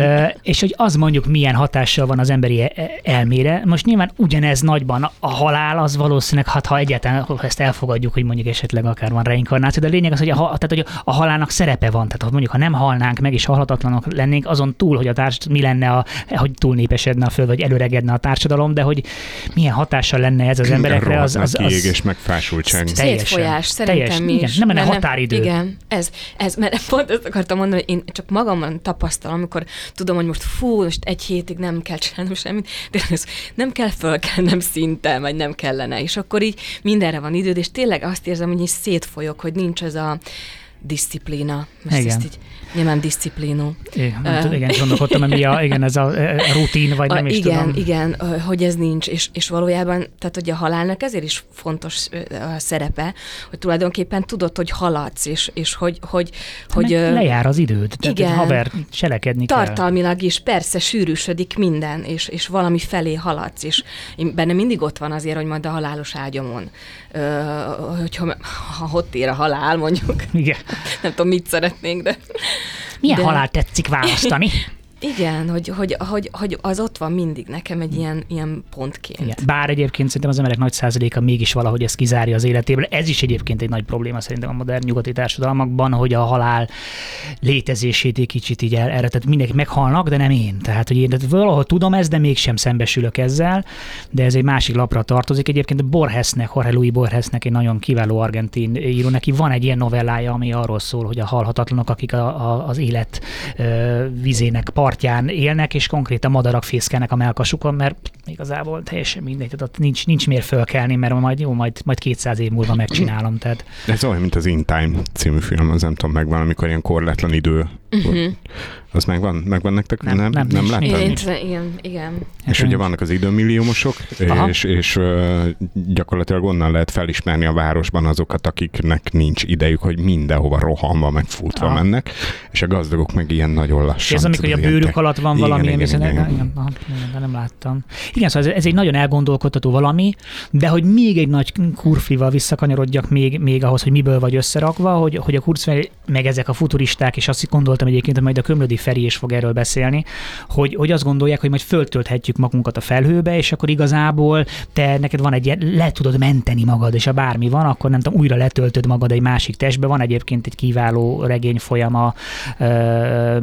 És hogy az mondjuk milyen hatással van az emberi elmére. Most nyilván ugyanez nagyban a halál az valószínűleg, hát ha egyáltalán ezt elfogadjuk, hogy mondjuk esetleg akár van reinkarnáció, de a lényeg az, hogy a, tehát, hogy a halálnak szerepe van. Tehát mondjuk, ha nem halnánk meg, és halhatatlanok lennénk, azon túl, hogy a társ, mi lenne, a, hogy túlnépesedne a föld, vagy előregedne a társadalom, de hogy milyen hatással lenne ez az emberekre, az... az, az kiégés, megfásultság. Szétfolyás, szerintem teljes, is. Igen, nem lenne határidő. Igen, ez, ez, mert pont ezt akartam mondani, hogy én csak magamon tapasztalom, amikor tudom, hogy most fú, most egy hétig nem kell csinálnom semmit, de nem kell fölkelnem szinte, vagy nem kellene, és akkor így mindenre van időd, és tényleg azt érzem, hogy így szétfolyok, hogy nincs ez a disziplína. Most igen. ezt így nyilván diszciplínó. Igen, uh, igen, gondolkodtam, hogy mi a, igen, ez a, a rutin, vagy nem a, is igen, tudom. Igen, hogy ez nincs, és, és valójában, tehát hogy a halálnak ezért is fontos a szerepe, hogy tulajdonképpen tudod, hogy haladsz, és, és hogy... hogy, hogy lejár az időd, tehát igen, haver, cselekedni tartalmilag kell. is persze sűrűsödik minden, és, és valami felé haladsz, és benne mindig ott van azért, hogy majd a halálos ágyamon, hogyha ha ott ér a halál, mondjuk. Igen. Nem tudom, mit szeretnénk, de... Milyen de... halált tetszik választani? Igen, hogy, hogy, hogy, hogy az ott van mindig nekem egy ilyen, ilyen pontként. Igen. Bár egyébként szerintem az emberek nagy százaléka mégis valahogy ezt kizárja az életéből. Ez is egyébként egy nagy probléma szerintem a modern nyugati társadalmakban, hogy a halál létezését egy kicsit így el, erre, tehát mindenki meghalnak, de nem én. Tehát, hogy én tehát valahol tudom ezt, de mégsem szembesülök ezzel, de ez egy másik lapra tartozik. Egyébként Borgesnek, Jorge Luis Borgesnek, egy nagyon kiváló argentin író, neki van egy ilyen novellája, ami arról szól, hogy a halhatatlanok, akik a, a, az élet uh, vizének partján élnek, és konkrétan madarak fészkelnek a mellkasukon, mert igazából teljesen mindegy, tehát nincs, nincs miért fölkelni, mert majd jó, majd, majd kétszáz év múlva megcsinálom. Tehát. Ez olyan, mint az In Time című film, az nem tudom, megvan, amikor ilyen korlátlan idő. Uh-huh. Az megvan? Megvan nektek? Nem, nem, nem, nem láttam? Igen, igen. És hát ugye vannak az időmilliómosok, és, és uh, gyakorlatilag onnan lehet felismerni a városban azokat, akiknek nincs idejük, hogy mindenhova rohanva, megfutva Aha. mennek, és a gazdagok meg ilyen nagyon lassan. Ez amikor a bőrük alatt van igen, valami, igen, igen, igen, igen. Igen, aha, de nem láttam. Igen, szóval ez, ez egy nagyon elgondolkodtató valami, de hogy még egy nagy kurflival visszakanyarodjak még, még ahhoz, hogy miből vagy összerakva, hogy, hogy a Kurzweil, meg ezek a futuristák, és azt gondoltam egyébként, hogy majd a Komlódi Feri is fog erről beszélni, hogy, hogy azt gondolják, hogy majd föltölthetjük magunkat a felhőbe, és akkor igazából te neked van egy ilyen, le tudod menteni magad, és ha bármi van, akkor nem tudom, újra letöltöd magad egy másik testbe. Van egyébként egy kiváló regényfolyam, a, a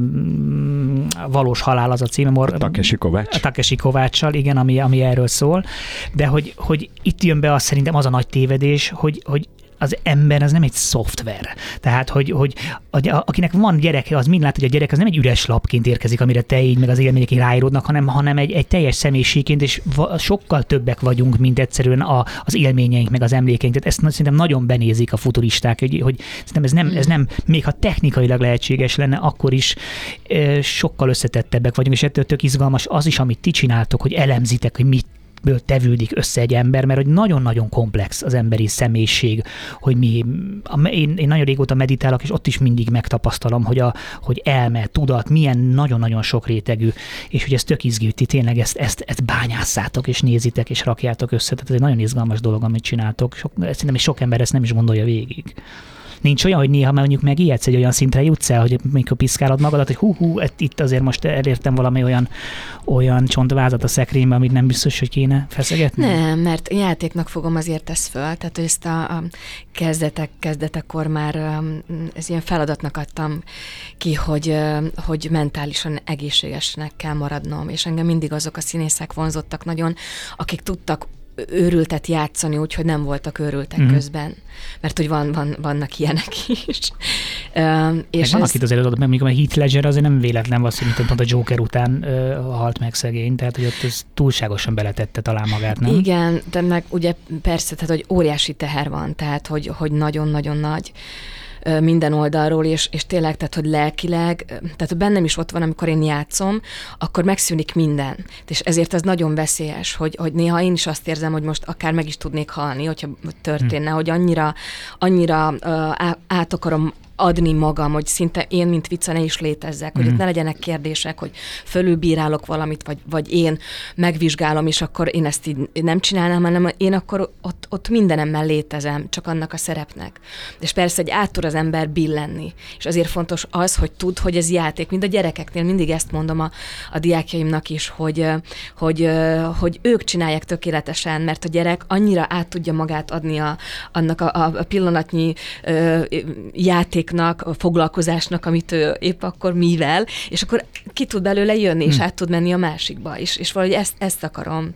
Valós halál az a cím. A Takeshi Kovács. A Takeshi Kovácssal, igen, ami, ami erről szól. De hogy, hogy itt jön be az, szerintem az a nagy tévedés, hogy, hogy az ember az nem egy szoftver. Tehát, hogy, hogy akinek van gyereke, az mind lát, hogy a gyerek az nem egy üres lapként érkezik, amire te így meg az élmények ráíródnak, hanem, hanem egy, egy teljes személyiségként, és va, sokkal többek vagyunk, mint egyszerűen a, az élményeink, meg az emlékeink. Tehát ezt szerintem nagyon benézik a futuristák, hogy, hogy szerintem ez nem, ez nem, még ha technikailag lehetséges lenne, akkor is e, sokkal összetettebbek vagyunk, és ettől tök izgalmas az is, amit ti csináltok, hogy elemzitek, hogy mit ből tevődik össze egy ember, mert hogy nagyon-nagyon komplex az emberi személyiség, hogy mi, én, én nagyon régóta meditálok, és ott is mindig megtapasztalom, hogy, a, hogy elme, tudat, milyen nagyon-nagyon sok rétegű, és hogy ez tök izgi, hogy ti tényleg ezt, ezt, ezt bányásszátok, és nézitek, és rakjátok össze. Tehát ez egy nagyon izgalmas dolog, amit csináltok. Sok, szerintem sok ember ezt nem is gondolja végig. Nincs olyan, hogy néha mondjuk megijedsz, egy olyan szintre jutsz el, hogy mikor piszkálod magadat, hogy hú, hú, itt azért most elértem valami olyan, olyan csontvázat a szekrénybe, amit nem biztos, hogy kéne feszegetni? Nem, mert játéknak fogom azért ezt föl, tehát hogy ezt a, a kezdetek, kezdetekor már ez ilyen feladatnak adtam ki, hogy, hogy mentálisan egészségesnek kell maradnom, és engem mindig azok a színészek vonzottak nagyon, akik tudtak őrültet játszani, úgyhogy nem voltak őrültek mm. közben. Mert hogy van, van, vannak ilyenek is. Um, és van, ez... akit az előadott, mert a Heath Ledger azért nem véletlen van, hogy pont a Joker után uh, halt meg szegény, tehát hogy ott ez túlságosan beletette talán magát, nem? Igen, de meg ugye persze, tehát hogy óriási teher van, tehát hogy, hogy nagyon-nagyon nagy minden oldalról, és, és tényleg, tehát, hogy lelkileg, tehát bennem is ott van, amikor én játszom, akkor megszűnik minden. És ezért ez nagyon veszélyes, hogy, hogy néha én is azt érzem, hogy most akár meg is tudnék halni, hogyha történne, hmm. hogy annyira, annyira uh, át akarom adni magam, hogy szinte én, mint vicca, ne is létezzek, hogy mm. ott ne legyenek kérdések, hogy fölülbírálok valamit, vagy, vagy én megvizsgálom, és akkor én ezt így nem csinálnám, hanem én akkor ott, ott mindenemmel létezem, csak annak a szerepnek. És persze, hogy át tud az ember billenni. És azért fontos az, hogy tud, hogy ez játék. Mind a gyerekeknél mindig ezt mondom a, a diákjaimnak is, hogy, hogy, hogy ők csinálják tökéletesen, mert a gyerek annyira át tudja magát adni a, annak a, a pillanatnyi ö, játék a foglalkozásnak, amit ő épp akkor mivel, és akkor ki tud belőle jönni, és hmm. át tud menni a másikba is. És valahogy ezt, ezt akarom,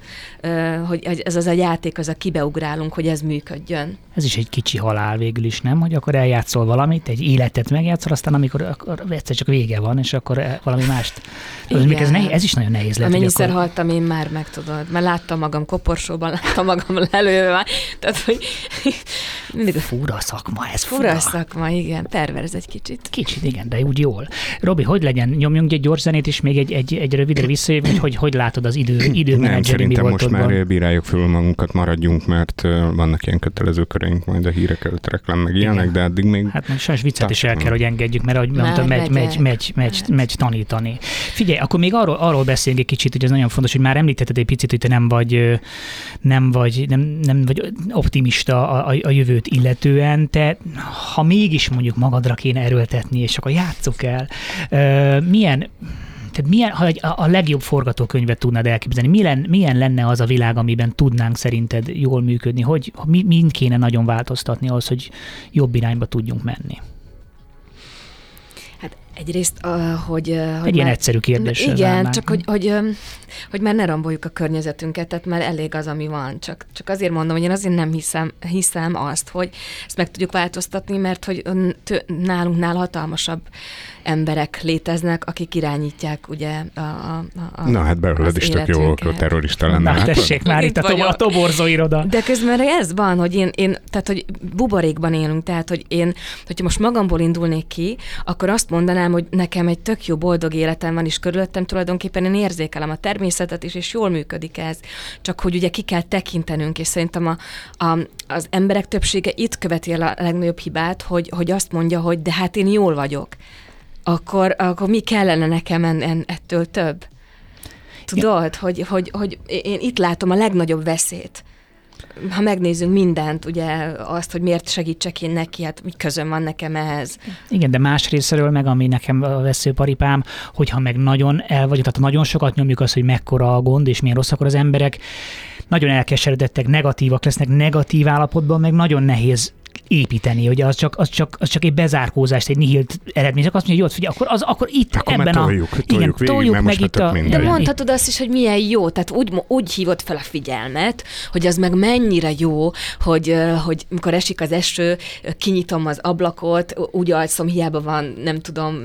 hogy ez az a játék, az a kibeugrálunk, hogy ez működjön. Ez is egy kicsi halál végül is, nem? Hogy akkor eljátszol valamit, egy életet megjátszol, aztán amikor akkor egyszer csak vége van, és akkor valami mást. Ez, nehéz, ez is nagyon nehéz lehet. Amennyiszer akkor... haltam én már, meg tudod. Mert láttam magam koporsóban, láttam magam lelőve. Tehát, hogy... mindig... Fura szakma ez. Fura, fura szakma, igen. Perverz egy kicsit. Kicsit, igen, de úgy jól. Robi, hogy legyen? Nyomjunk egy gyors zenét, és még egy, egy, egy rövidre visszajövünk, hogy, hogy hogy látod az idő, időmenedzseri, mi volt most ottban? Már bíráljuk föl magunkat, maradjunk, mert vannak ilyen kötelező köreink, majd a hírek előtt reklám, meg ilyenek, igen. De addig még... Hát most sajnos viccet is el kell, hogy engedjük, mert ahogy mondtam, megy, megy, megy, megy, megy tanítani. Figyelj, akkor még arról, arról beszéljünk egy kicsit, hogy ez nagyon fontos, hogy már említetted egy picit, hogy te nem vagy, nem vagy, nem, nem vagy optimista a, a, a jövőt illetően, te, ha mégis mondjuk magadra kéne erőltetni, és akkor játsszuk el, milyen... Tehát milyen, ha a legjobb forgatókönyvet tudnád elképzelni, milyen, milyen lenne az a világ, amiben tudnánk szerinted jól működni? Hogy mi, mind kéne nagyon változtatni ahhoz, hogy jobb irányba tudjunk menni? Hát egyrészt, uh, hogy... Uh, Egy hogy ilyen már, egyszerű kérdés. Igen, zárnánk. csak hogy, hogy, um, hogy már ne ramboljuk a környezetünket, tehát már elég az, ami van. Csak, csak azért mondom, hogy én azért nem hiszem, hiszem azt, hogy ezt meg tudjuk változtatni, mert hogy nálunknál hatalmasabb emberek léteznek, akik irányítják ugye a, a, a Na hát belőled is tök jó, akkor terrorista lenne. Na tessék már itt, itt a, a toborzó iroda. De közben ez van, hogy én, én, tehát hogy buborékban élünk, tehát hogy én, hogyha most magamból indulnék ki, akkor azt mondanám, hogy nekem egy tök jó boldog életem van, és körülöttem tulajdonképpen én érzékelem a természetet is, és jól működik ez. Csak hogy ugye ki kell tekintenünk, és szerintem a, a, az emberek többsége itt követi el a legnagyobb hibát, hogy, hogy azt mondja, hogy de hát én jól vagyok. Akkor, akkor mi kellene nekem en, en, ettől több? Tudod, hogy, hogy, hogy én itt látom a legnagyobb veszélyt. Ha megnézzünk mindent, ugye azt, hogy miért segítsek én neki, hát mi közöm van nekem ehhez. Igen, de más részről meg, ami nekem a veszőparipám, hogyha meg nagyon el vagyok, tehát nagyon sokat nyomjuk azt, hogy mekkora a gond, és milyen rossz, akkor az emberek nagyon elkeseredettek, negatívak lesznek, negatív állapotban, meg nagyon nehéz építeni, hogy az csak, az csak, az csak egy bezárkózást, egy nihilt eredmény, csak azt mondja, hogy jó, figyelj, akkor, az, akkor itt akkor ebben toljuk, a... toljuk igen, végig, toljuk meg itt a... De mondhatod azt is, hogy milyen jó, tehát úgy, úgy hívott fel a figyelmet, hogy az meg mennyire jó, hogy, hogy mikor esik az eső, kinyitom az ablakot, úgy alszom, hiába van, nem tudom,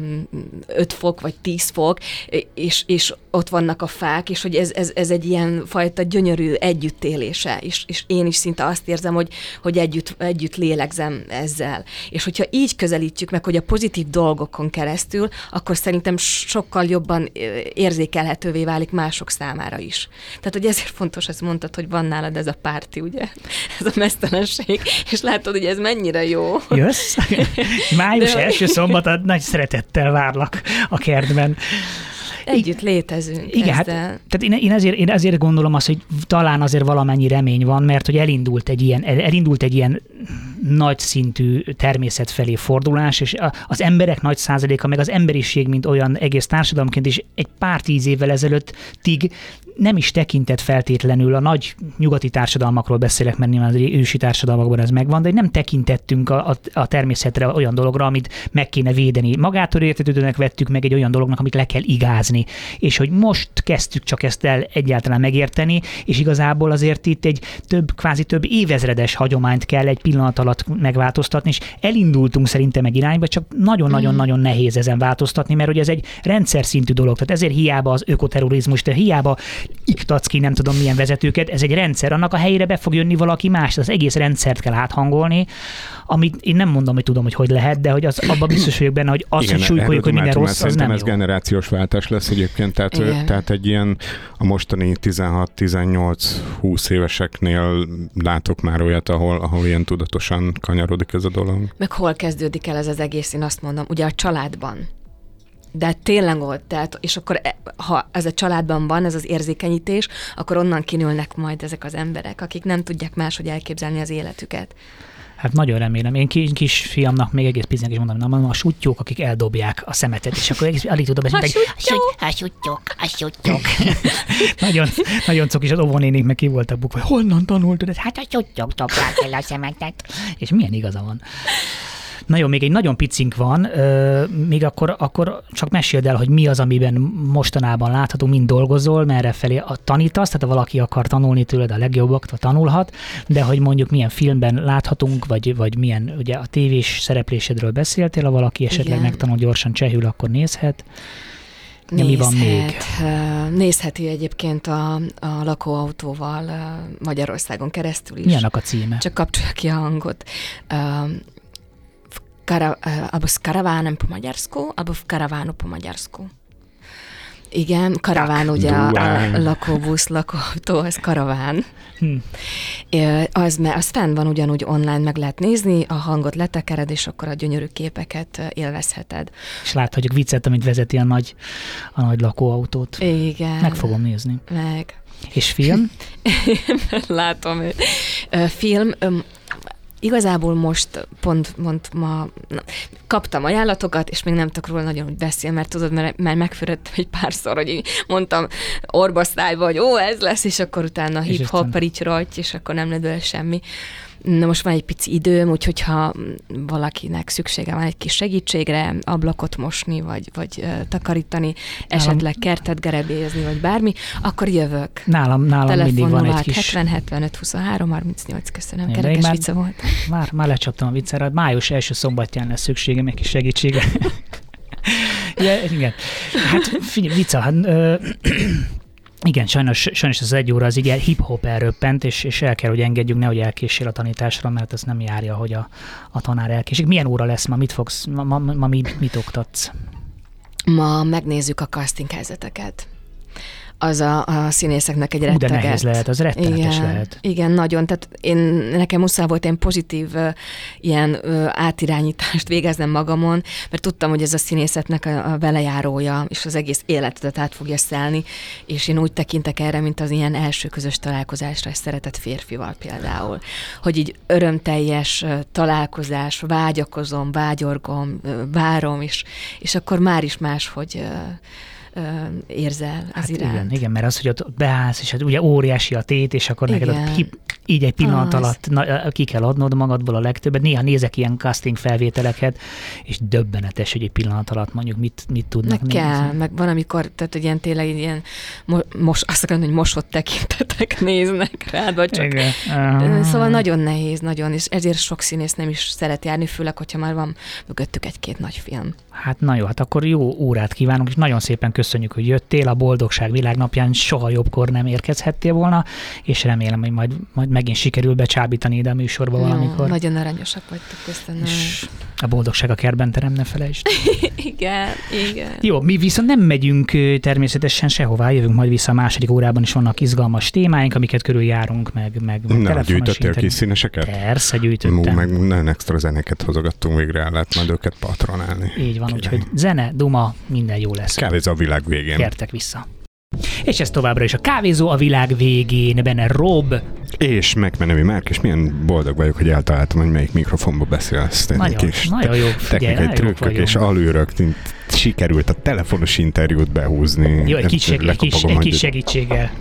öt fok vagy tíz fok, és, és ott vannak a fák, és hogy ez, ez, ez egy ilyen fajta gyönyörű együttélése, és, és én is szinte azt érzem, hogy, hogy együtt, együtt lélegzem ezzel. És hogyha így közelítjük meg, hogy a pozitív dolgokon keresztül, akkor szerintem sokkal jobban érzékelhetővé válik mások számára is. Tehát, hogy ezért fontos, ezt mondtad, hogy van nálad ez a párti, ugye? Ez a mesztelenség, és látod, hogy ez mennyire jó. Jössz? Május De... első szombat, nagy szeretettel várlak a kertben. Együtt létezünk. Igen, hát, tehát én, én, ezért, én ezért gondolom azt, hogy talán azért valamennyi remény van, mert hogy elindult egy ilyen, elindult egy ilyen nagy szintű természet felé fordulás, és az emberek nagy százaléka, meg az emberiség, mint olyan egész társadalomként is egy pár tíz évvel ezelőttig nem is tekintett feltétlenül, a nagy nyugati társadalmakról beszélek, mert nyilván az ősi társadalmakban ez megvan, de nem tekintettünk a, a, a természetre olyan dologra, amit meg kéne védeni. Magától értetődőnek vettük meg egy olyan dolognak, amit le kell igázni. És hogy most kezdtük csak ezt el egyáltalán megérteni, és igazából azért itt egy több, kvázi több évezredes hagyományt kell egy pillanat alatt megváltoztatni, és elindultunk szerintem egy irányba, csak nagyon-nagyon-nagyon mm. nehéz ezen változtatni, mert ugye ez egy rendszer szintű dolog. Tehát ezért hiába az ökoterrorizmus, de hiába iktatsz ki nem tudom milyen vezetőket, ez egy rendszer, annak a helyére be fog jönni valaki más, az egész rendszert kell áthangolni, amit én nem mondom, hogy tudom, hogy hogy lehet, de hogy az abban biztos vagyok benne, hogy azt, igen, hogy súlykoljuk, hogy minden rossz, az nem ez jó. generációs váltás lesz egyébként, tehát, tehát egy ilyen a mostani tizenhat tizennyolc húsz éveseknél látok már olyat, ahol, ahol ilyen tudatosan kanyarodik ez a dolog. Meg hol kezdődik el ez az egész, én azt mondom, ugye a családban. De tényleg ott, tehát, és akkor ha ez a családban van, ez az érzékenyítés, akkor onnan kinőlnek majd ezek az emberek, akik nem tudják máshogy elképzelni az életüket. Hát nagyon remélem. Én kis, kis fiamnak még egész piznek is mondom, na, mondom, a sutyók, akik eldobják a szemetet, és akkor egész, alig tudom beszélni, A sutyók, a sutyók. nagyon, nagyon cokis, az óvónénik meg ki voltak bukva, hogy honnan tanultad? Hát a sutyók dobják el a szemetet. És milyen igaza van. Na jó, még egy nagyon picink van, euh, még akkor, akkor csak meséld el, hogy mi az, amiben mostanában látható, mind dolgozol, merre felé a tanítasz, tehát ha valaki akar tanulni tőled, a legjobbakat tanulhat, de hogy mondjuk milyen filmben láthatunk, vagy, vagy milyen, ugye a tévés szereplésedről beszéltél, ha valaki esetleg igen. megtanul gyorsan csehül, akkor nézhet. De mi van még? Nézheti egyébként a, a lakóautóval Magyarországon keresztül is. Milyennek a címe? Csak kapcsolja ki a hangot. Kara, albo z karavánem po maďarsku, albo v karavánu po maďarsku. Igen, karaván tak, ugye a, a lakóbusz, lakóautó, ez karaván. Hm. Az, az fenn van ugyanúgy online, meg lehet nézni, a hangot letekered, és akkor a gyönyörű képeket élvezheted. És láthatjuk viccet, amit vezeti a nagy, a nagy lakóautót. Igen. Meg fogom nézni. Meg. És film? Látom. Film... Igazából most pont, pont ma na, kaptam ajánlatokat, és még nem tudok róla nagyon úgy beszélni, mert tudod, mert, mert megfürödtem egy párszor, hogy így mondtam orbaszájba, hogy ó, ez lesz, és akkor utána hip-hop, rics-roty, és akkor nem lett belőle semmi. Na most van egy pici időm, úgyhogy ha valakinek szüksége van egy kis segítségre, ablakot mosni, vagy, vagy uh, takarítani, esetleg kertet gerebézni, vagy bármi, akkor jövök. Nálam, nálam mindig van egy kis... hetven hetvenöt huszonhárom harmincnyolc, köszönöm, kerekes már, vicca volt. Már, már lecsaptam a viccára, május első szombatján lesz szükségem egy kis segítségre. ja, igen. Hát figyelj, vicca, hát, ö, igen, sajnos, sajnos az egy óra az így hip-hop elröppent, és, és el kell, hogy engedjünk, nehogy elkésél a tanításra, mert ez nem járja, hogy a, a tanár elkésik. Milyen óra lesz ma? Mit fogsz? Ma, ma, ma mit, mit oktatsz? Ma megnézzük a casting helyzeteket. Az a, a színészeknek egy retteget. Hú, de nehéz lehet, az rettenetes igen, lehet. Igen, nagyon. Tehát én, nekem muszáj volt ilyen pozitív uh, ilyen uh, átirányítást végeznem magamon, mert tudtam, hogy ez a színészetnek a, a velejárója, és az egész életedet át fogja szelni, és én úgy tekintek erre, mint az ilyen első közös találkozásra egy szeretett férfival például. Hogy így örömteljes uh, találkozás, vágyakozom, vágyorgom, uh, várom, és, és akkor már is más, hogy uh, ö, érzel az Hát iránt. igen, igen, mert az, hogy ott beállsz, és hát ugye óriási a tét, és akkor neked Igen. ott ki, így egy pillanat Az. alatt na, ki kell adnod magadból a legtöbbet. Néha nézek ilyen casting felvételeket, és döbbenetes, hogy egy pillanat alatt mondjuk mit, mit tudnak Meg kell, meg van, amikor, tehát hogy ilyen tényleg ilyen, mo- mos, azt akarom, hogy mosott tekintetek néznek rád, vagy csak... Igen. Uh, szóval nagyon nehéz, nagyon, és ezért sok színész nem is szeret járni, főleg, hogyha már van mögöttük egy-két nagy film. Hát na jó, hát akkor jó órát kívánunk, és nagyon szépen köszönjük, hogy jöttél. A Boldogság világnapján soha jobbkor nem érkezhettél volna, és remélem, hogy majd, majd megint sikerül becsábítani ide a műsorba Jó, valamikor. nagyon aranyosak vagytok, köszönöm. És a Boldogság a kertben terem, ne felejtsd. igen, igen. Jó, mi viszont nem megyünk ö, természetesen sehová, jövünk majd vissza a második órában, is vannak izgalmas témáink, amiket körüljárunk, meg, meg, meg Na, telefonos gyűjtöttél interjú. kis színeseket? Persze, Mú, gyűjtöttem. meg nagyon extra zenéket hozogattunk végre, el lehet majd őket patronálni. Így van, Kérem. úgyhogy zene, duma, minden jó lesz. Kávézó a világ végén. Gyertek vissza. És ez továbbra is a Kávézó a világ végén, benne Rob. És megmenemi Márk, és milyen boldog vagyok, hogy eltaláltam, hogy melyik mikrofonba beszélsz. Nagyon, Kis nagyon jó, figyelj, technikai nagyon jók trükkök vagyunk. és alűrök, mint sikerült a telefonos interjút behúzni. Jó, egy kis, seg, egy kis, egy kis segítséggel.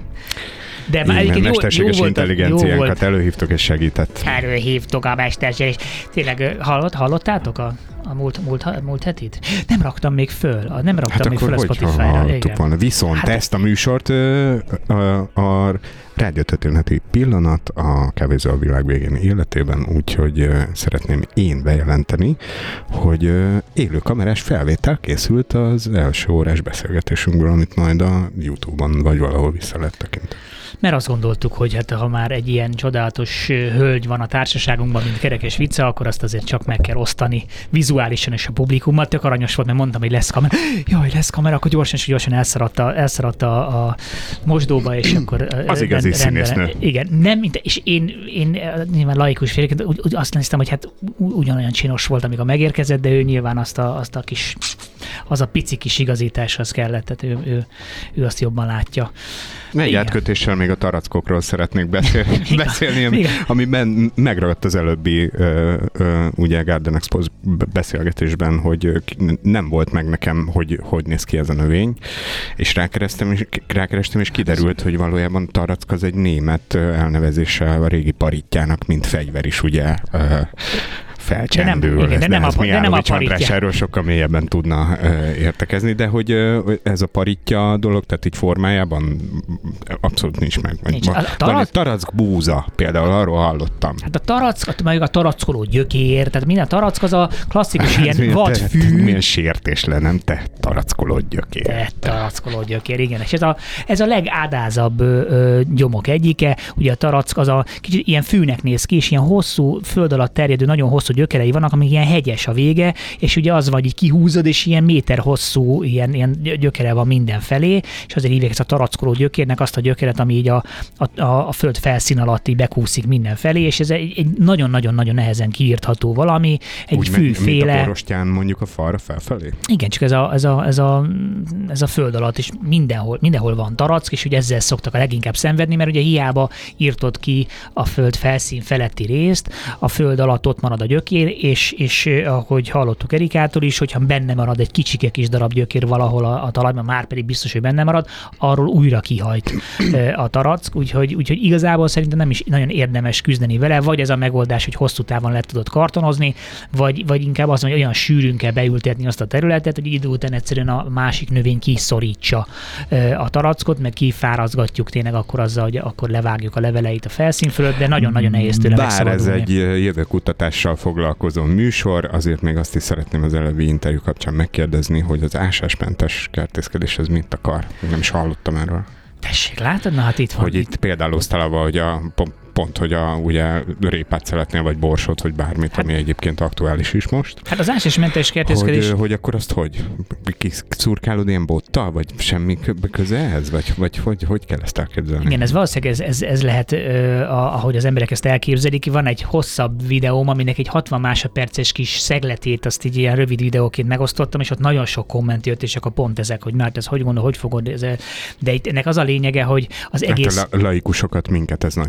De már Igen, egyébként jó, jó mesterséges volt, jó intelligenciánkat volt. előhívtok és segített. Erről hívtok a mesterséges. Tényleg ö, hallott, hallottátok a, a múlt, múlt, múlt hetit? Nem raktam még föl, a- nem raktam Hát még akkor föl a hogy Spotify-ra. hallottuk Igen. volna. Viszont Hát- hát ezt a műsort ö, a, a rádiótörténeti pillanat a Kávézó a világ végén életében, úgyhogy ö, szeretném én bejelenteni, hogy ö, élő kamerás felvétel készült az első órás beszélgetésünkből, amit majd a YouTube-on vagy valahol vissza lehet tekinteni. Mert azt gondoltuk, hogy hát ha már egy ilyen csodálatos ö, hölgy van a társaságunkban, mint Kerekes Vica, akkor azt azért csak meg kell osztani vizuálisan és a publikummal. Tök aranyos volt, mert mondtam, hogy lesz kamera. Jaj, lesz kamera, akkor gyorsan és gyorsan elszaradt a, a, a mosdóba, és akkor... ö, Az igazi rend- rendben- színésznő. Igen, nem, mint, és én, én nyilván laikus félként úgy, úgy azt néztem, hogy hát u- ugyanolyan csinos volt, amikor megérkezett, de ő nyilván azt a, azt a kis, az a pici kis igazítás az kellett, tehát ő, ő, ő azt jobban látja. Egy Igen. átkötéssel még a tarackokról szeretnék beszélni, beszélni ami, Igen. amiben megragadt az előbbi ö, ö, ugye Garden Expo beszélgetésben, hogy ö, ki- nem volt meg nekem, hogy hogy néz ki ez a növény, és rákerestem, és, rákerestem, és kiderült, hogy valójában tarack az egy német ö, elnevezéssel a régi paritjának, mint fegyver is ugye ö, felcsendül. De nem- igen, de nem a- Ez de nem a Mijálovics András paritja. erről sokkal mélyebben tudna ö, értekezni, de hogy ö, ez a paritja dolog, tehát így formájában abszolút nincs meg. Nincs. Van A tarack- egy tarack búza, például arról hallottam. Hát a tarack, meg a tarackoló gyökér, tehát minden tarack az a klasszikus Ez ilyen milyen- te- te- vadfű, Milyen sértés le, nem te tarackolod gyökér. te tarackoló gyökér, igen. És ez a, ez a legádázabb ö, ö, gyomok egyike, ugye a tarack az a kicsit ilyen fűnek néz ki, és ilyen hosszú, föld alatt terjedő, nagyon hosszú gyökerei vannak, amik ilyen hegyes a vége, és ugye az vagy így kihúzod, és ilyen méter hosszú ilyen, ilyen gyökere van mindenfelé, és azért hívják ezt a tarackoló gyökérnek azt a gyökeret, ami így a, a, a, a föld felszín alatt így bekúszik mindenfelé, és ez egy, egy nagyon-nagyon-nagyon nehezen kiírtható valami, egy Úgy, mint- mint fűféle. a borostyán mondjuk a falra felfelé? Igen, csak ez a, ez a, ez a, ez a föld alatt is mindenhol, mindenhol van tarack, és ugye ezzel szoktak a leginkább szenvedni, mert ugye hiába írtod ki a föld felszín feletti részt, a föld alatt ott marad a gyökér, és, és eh, ahogy hallottuk Erikától is, hogyha benne marad egy kicsike kis darab gyökér valahol a, a talajban, már pedig biztos, hogy benne marad, arról újra kihajt eh, a tarack, úgyhogy, úgyhogy igazából szerintem nem is nagyon érdemes küzdeni vele, vagy ez a megoldás, hogy hosszú távon le tudod kartonozni, vagy, vagy inkább az, hogy olyan sűrűn kell beültetni azt a területet, hogy idő után egyszerűen a másik növény kiszorítsa eh, a tarackot, meg kifárazgatjuk tényleg akkor azzal, hogy akkor levágjuk a leveleit a felszín fölött, de nagyon-nagyon nehéz tőle Bár ez megszabadulni. egy ö, jövőkutatással foglalkozó műsor, azért még azt is szeretném az előbbi interjú kapcsán megkérdezni, hogy az ásásmentes kertészkedés az mit akar? Még nem is hallottam erről. Tessék, látod? Na hát itt van. Hogy itt például osztalava, hogy a pont, pont, hogy a ugye répát szeretnél, vagy borsot, vagy bármit, Hát- ami egyébként aktuális is most. Hát az ásásmentes kertészkedés... Hogy, hogy akkor azt hogy? Kiszurkálod ilyen bottal, vagy semmi kö- köze ehhez? Vagy, vagy hogy, hogy kell ezt elképzelni? Igen, ez valószínűleg ez, ez, ez lehet, ö, a, ahogy az emberek ezt elképzelik. Van egy hosszabb videóm, aminek egy hatvan másodperces kis szegletét, azt így ilyen rövid videóként megosztottam, és ott nagyon sok komment jött, és akkor pont ezek, hogy már ez hogy gondol, hogy fogod, ez, de itt ennek az a lényege, hogy az Hát egész... a la- laikusokat, minket ez nagyon megérint.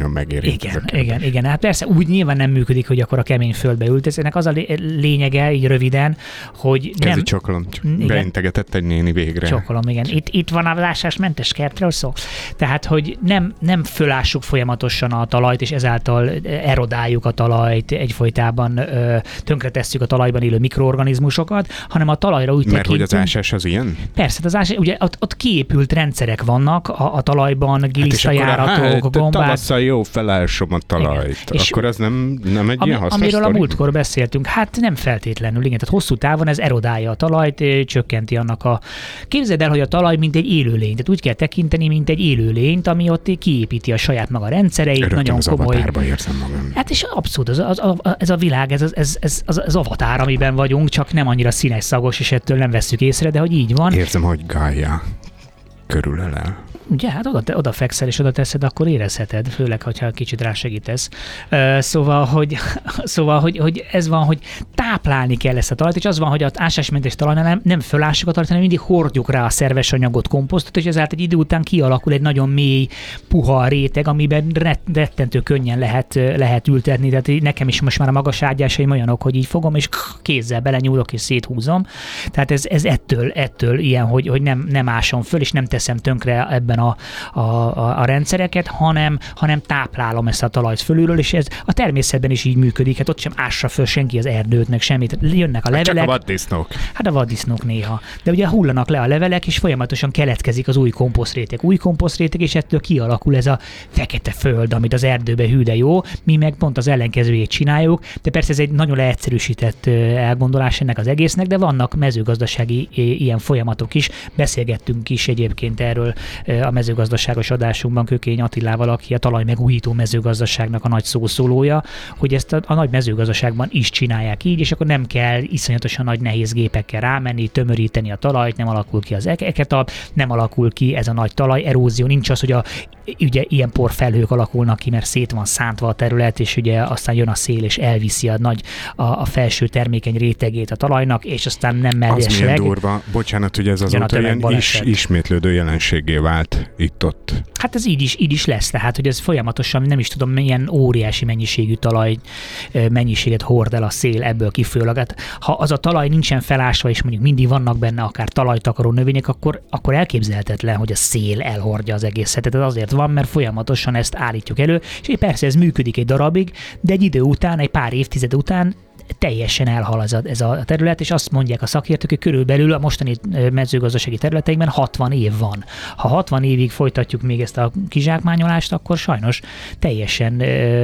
Igen, igen, igen. Hát persze úgy nyilván nem működik, hogy akkor a kemény földbe ültesz. Ennek az a lényege, így röviden, hogy nem... Kezi csokolom, beintegetett egy néni végre. Csokolom, igen. Itt, itt van a lásásmentes kertről szó. Tehát, hogy nem, nem fölássuk folyamatosan a talajt, és ezáltal erodáljuk a talajt, egyfolytában ö, tönkretesszük a talajban élő mikroorganizmusokat, hanem a talajra úgy Mert tekintünk... hogy az ásás az ilyen? Persze, az ásás, ugye ott, ott kiépült rendszerek vannak a, a talajban, gilisztajáratok, hát, gombák. Tavasszal jó felásom a talajt. Igen. Akkor az nem, nem egy ami, ilyen hasznos amiről sztori? a múltkor beszéltünk, hát nem feltétlenül, igen, tehát hosszú távon ez erodálja a talajt, csökkenti annak a... Képzeld el, hogy a talaj mint egy élőlény, tehát úgy kell tekinteni, mint egy élőlényt, ami ott kiépíti a saját maga rendszereit, Rögtön nagyon az komoly... avatárba érzem magam. Hát és abszolút, az, az, az, ez a világ, ez, ez, ez, az, az avatár, amiben vagyunk, csak nem annyira színes szagos, és ettől nem vesszük észre, de hogy így van. Érzem, hogy Gaia körülölel. Ugye, hát oda, oda fekszel és oda teszed, akkor érezheted, főleg, hogyha kicsit rásegítesz. Szóval, hogy, szóval hogy, hogy ez van, hogy táplálni kell ezt a talajt, és az van, hogy az ásásmentes talajnál nem, nem fölássuk a talajt, hanem mindig hordjuk rá a szerves anyagot, komposztot, és ezáltal egy idő után kialakul egy nagyon mély, puha réteg, amiben rettentő könnyen lehet, lehet ültetni. Tehát nekem is most már a magas ágyásaim olyanok, hogy így fogom, és kézzel belenyúlok, és széthúzom. Tehát ez, ez ettől, ettől ilyen, hogy, hogy nem, nem ásom föl, és nem teszem tönkre ebben a, a, a, a rendszereket, hanem, hanem táplálom ezt a talajt fölülről, és ez a természetben is így működik. Hát ott sem ássa föl senki az erdőt, meg semmit. Jönnek a levelek. Csak a vaddisznók. Hát a vaddisznók néha. De ugye hullanak le a levelek, és folyamatosan keletkezik az új komposztréteg. Új komposztréteg, és ettől kialakul ez a fekete föld, amit az erdőbe hű, de jó. Mi meg pont az ellenkezőjét csináljuk. De persze ez egy nagyon leegyszerűsített elgondolás ennek az egésznek, de vannak mezőgazdasági ilyen folyamatok is. Beszélgettünk is egyébként erről a mezőgazdaságos adásunkban Kökény Attilával, aki a talajmegújító mezőgazdaságnak a nagy szószólója, hogy ezt a, a nagy mezőgazdaságban is csinálják így, és akkor nem kell iszonyatosan nagy nehéz gépekkel rámenni, tömöríteni a talajt, nem alakul ki az eketap, nem alakul ki ez a nagy talajerózió, nincs az, hogy a, ugye ilyen porfelhők alakulnak ki, mert szét van szántva a terület, és ugye aztán jön a szél, és elviszi a nagy, a, a felső termékeny rétegét a talajnak, és aztán nem mellesleg. Az milyen durva. Bocsánat, hogy ez azóta ilyen is, ismétlődő jelenségé vált itt-ott. Hát ez így is, így is lesz, tehát, hogy ez folyamatosan nem is tudom, milyen óriási mennyiségű talaj mennyiséget hord el a szél ebből kifolyólag. Hát, ha az a talaj nincsen felásva, és mondjuk mindig vannak benne akár talajtakaró növények, akkor, akkor elképzelhetetlen, hogy a szél elhordja az egészet. Ez azért van, mert folyamatosan ezt állítjuk elő, és persze ez működik egy darabig, de egy idő után, egy pár évtized után teljesen elhal ez a, ez a terület, és azt mondják a szakértők, hogy körülbelül a mostani mezőgazdasági területeinkben hatvan év van. Ha hatvan évig folytatjuk még ezt a kizsákmányolást, akkor sajnos teljesen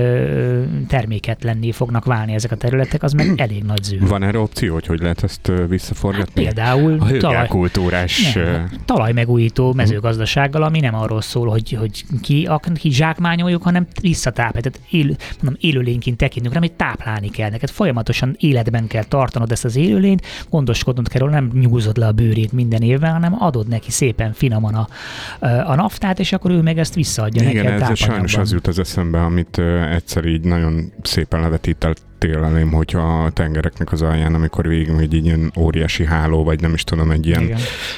ö, terméketlenné fognak válni ezek a területek, az meg elég nagy zű. Van erre opció, hogy hogy lehet ezt visszaforgatni? Hát például a hőgelkultúrás... talaj, talajmegújító mezőgazdasággal, ami nem arról szól, hogy, hogy ki, ki zsákmányoljuk, hanem visszatápláljuk. Tehát él, mondom, élőlényként tekintünk rá, amit táplálni kell neked. Folyamatosan életben kell tartanod ezt az élőlényt, gondoskodnod kell, nem nyúzod le a bőrét minden évben, hanem adod neki szépen finoman a, a naftát, és akkor ő meg ezt visszaadja igen, neked. Igen, ez sajnos az jut az eszembe, amit uh, egyszer így nagyon szépen levetített télelém, hogyha a tengereknek az alján, amikor végig egy ilyen óriási háló, vagy nem is tudom, egy ilyen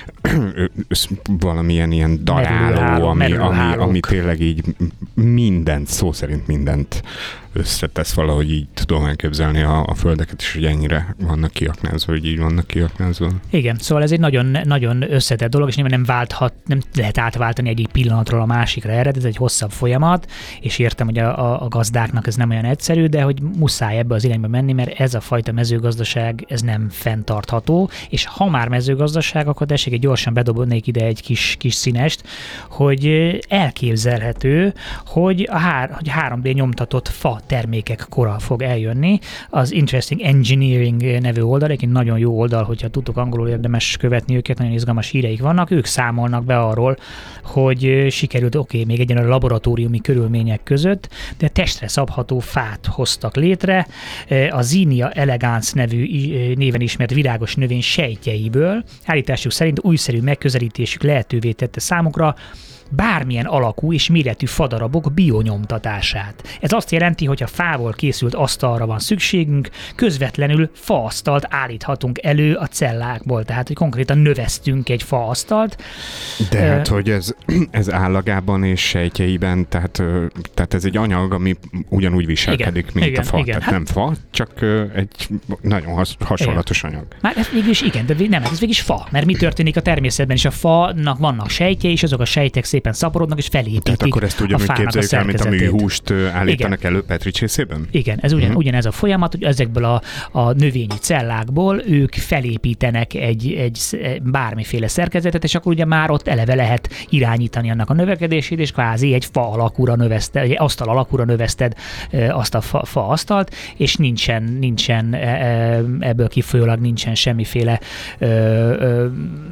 valamilyen ilyen daráló, ami, ami, ami tényleg így mindent, szó szerint mindent összetesz, valahogy így tudom elképzelni a, a földeket is, hogy ennyire vannak kiaknázva, hogy így vannak kiaknázva. Igen, szóval ez egy nagyon, nagyon összetett dolog, és nyilván nem válthat, nem lehet átváltani egyik pillanatról a másikra erre, ez egy hosszabb folyamat, és értem, hogy a, a, a gazdáknak ez nem olyan egyszerű, de hogy muszáj ebbe az irányba menni, mert ez a fajta mezőgazdaság, ez nem fenntartható, és ha már mezőgazdaság, akkor tessék, egy gyorsan bedobnék ide egy kis, kis színest, hogy elképzelhető, hogy a hár, hogy három dé nyomtatott fa termékek kora fog eljönni. Az Interesting Engineering nevű oldal, egy nagyon jó oldal, hogyha tudtok angolul, érdemes követni őket, nagyon izgalmas híreik vannak. Ők számolnak be arról, hogy sikerült, oké, okay, még egyenlően laboratóriumi körülmények között, de testre szabható fát hoztak létre. A Zinnia elegans nevű néven ismert virágos növény sejtjeiből. Állításuk szerint újszerű megközelítésük lehetővé tette számukra, bármilyen alakú és méretű fadarabok bionyomtatását. Ez azt jelenti, hogy ha fából készült asztalra van szükségünk, közvetlenül faasztalt állíthatunk elő a cellákból, tehát hogy konkrétan növesztünk egy faasztalt. De hát, hogy ez, ez állagában és sejtjeiben, tehát, tehát ez egy anyag, ami ugyanúgy viselkedik, igen, mint igen, a fa. Igen. Tehát hát, nem fa, csak egy nagyon has, hasonlatos igen. anyag. Már ez végülis igen, de nem, ez végülis fa, mert mi történik a természetben, és a fanak vannak sejtjei, és azok a sejtek szépen szaporodnak, és felépítik tehát akkor ezt ugyanúgy képzeljük el, mint a műhúst állítanak igen. elő Petri csészében? Igen, ez ugyan, uh-huh. ugyanez a folyamat, hogy ezekből a, a növényi cellákból ők felépítenek egy, egy bármiféle szerkezetet, és akkor ugye már ott eleve lehet irányítani annak a növekedését, és kvázi egy fa alakúra növeszted, egy asztal alakúra növeszted azt a fa, fa asztalt, és nincsen, nincsen ebből kifolyólag nincsen semmiféle ö, ö,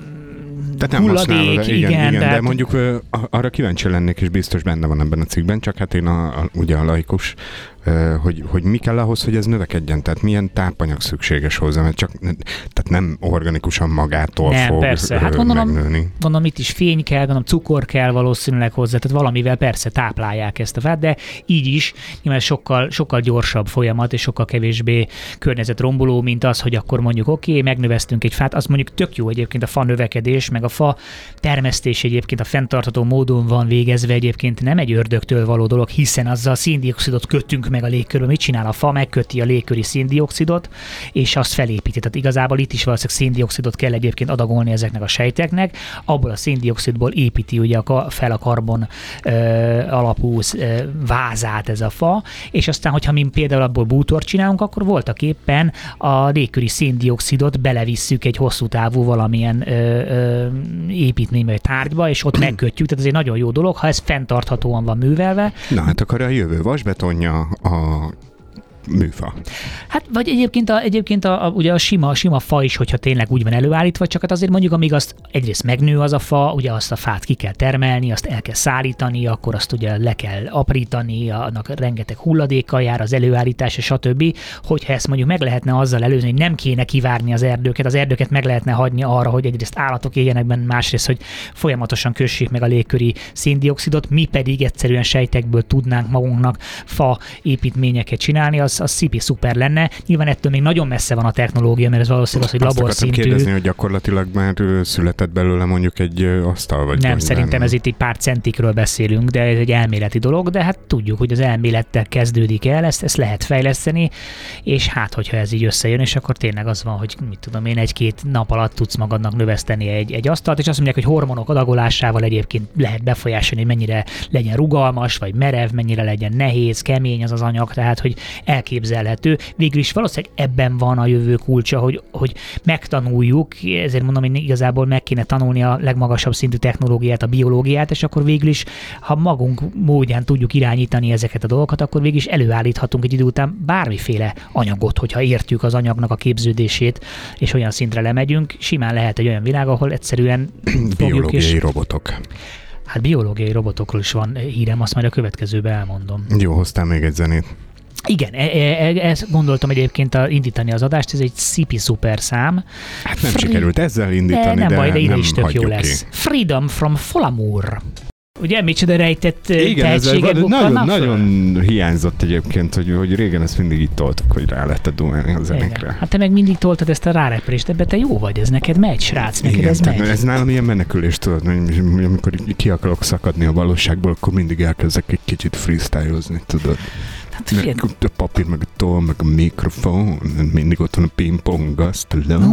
tehát nem hulladék, használod, igen, igen, igen tehát... de mondjuk ö, arra kíváncsi lennék, és biztos benne van ebben a cikkben, csak hát én a, a, ugye a laikus, ö, hogy, hogy mi kell ahhoz, hogy ez növekedjen, tehát milyen tápanyag szükséges hozzá, mert csak tehát nem organikusan magától nem, fog persze. Hát ö, gondolom, megnőni. Gondolom itt is fény kell, gondolom cukor kell valószínűleg hozzá, tehát valamivel persze táplálják ezt a fát, de így is nyilván sokkal, sokkal gyorsabb folyamat, és sokkal kevésbé környezetromboló, mint az, hogy akkor mondjuk oké, okay, megnövesztünk egy fát, az mondjuk tök jó egyébként a fa növekedés, meg a fa termesztés egyébként a fenntartható módon van végezve, egyébként nem egy ördögtől való dolog, hiszen azzal széndioxidot kötünk meg a légkörbe. Mit csinál a fa? Megköti a légköri széndioxidot, és azt felépíti. Tehát igazából itt is valószínűleg széndioxidot kell egyébként adagolni ezeknek a sejteknek. Abból a széndioxidból építi ugye a, fel a karbon ö, alapú ö, vázát ez a fa, és aztán, hogyha mi például abból bútort csinálunk, akkor voltak éppen a légköri széndioxidot belevisszük egy hosszú távú valamilyen ö, ö, építménybe, vagy tárgyba, és ott megkötjük, tehát ez egy nagyon jó dolog, ha ez fenntarthatóan van művelve. Na hát akkor a jövő vasbetonja a műfa. Hát vagy egyébként a, egyébként a, a, ugye a sima, a sima fa is, hogyha tényleg úgy van előállítva, csak hát azért mondjuk, amíg azt egyrészt megnő az a fa, ugye azt a fát ki kell termelni, azt el kell szállítani, akkor azt ugye le kell aprítani, annak rengeteg hulladékkal jár az előállítása, stb. Hogyha ezt mondjuk meg lehetne azzal előzni, hogy nem kéne kivárni az erdőket, az erdőket meg lehetne hagyni arra, hogy egyrészt állatok éljenek benne, másrészt, hogy folyamatosan kössék meg a légköri széndioxidot, mi pedig egyszerűen sejtekből tudnánk magunknak fa építményeket csinálni, az az szipi szuper lenne. Nyilván ettől még nagyon messze van a technológia, mert ez valószínűleg az, hogy laborszintű. Azt kérdezni, hogy gyakorlatilag már született belőle mondjuk egy asztal, vagy nem, vagy szerintem ez itt egy pár centikről beszélünk, de ez egy elméleti dolog, de hát tudjuk, hogy az elmélettel kezdődik el, ezt, ezt lehet fejleszteni, és hát, hogyha ez így összejön, és akkor tényleg az van, hogy mit tudom én, egy-két nap alatt tudsz magadnak növeszteni egy, egy asztalt, és azt mondják, hogy hormonok adagolásával egyébként lehet befolyásolni, hogy mennyire legyen rugalmas, vagy merev, mennyire legyen nehéz, kemény az az anyag, tehát hogy elképzelhető. Végül is valószínűleg ebben van a jövő kulcsa, hogy, hogy megtanuljuk, ezért mondom, hogy igazából meg kéne tanulni a legmagasabb szintű technológiát, a biológiát, és akkor végül is, ha magunk módján tudjuk irányítani ezeket a dolgokat, akkor végül is előállíthatunk egy idő után bármiféle anyagot, hogyha értjük az anyagnak a képződését, és olyan szintre lemegyünk. Simán lehet egy olyan világ, ahol egyszerűen biológiai és... robotok. Hát biológiai robotokról is van hírem, azt majd a következőben elmondom. Jó, hoztál még egy zenét. Igen, e- e- ezt gondoltam egyébként a, indítani az adást, ez egy szipi szuper szám. Hát nem Free... sikerült ezzel indítani, de, nem de baj, de ide nem is tök jó lesz. Ki. Freedom from Folamour. Ugye micsoda rejtett igen, tehetséget bukkannak? Nagyon, nagyon hiányzott egyébként, hogy, hogy régen ezt mindig itt toltuk, hogy rá lehetett dumálni a zenékre. Hát te meg mindig toltad ezt a ráreperést, ebbe te jó vagy, ez neked megy, srác, neked igen, ez megy. Ez nálam ilyen menekülés, tudod, hogy amikor ki akarok szakadni a valóságból, akkor mindig elkezdek egy kicsit freestylozni, tudod. Hát, a papír, meg a toll, meg a mikrofon, mindig ott van a pingpong, azt no,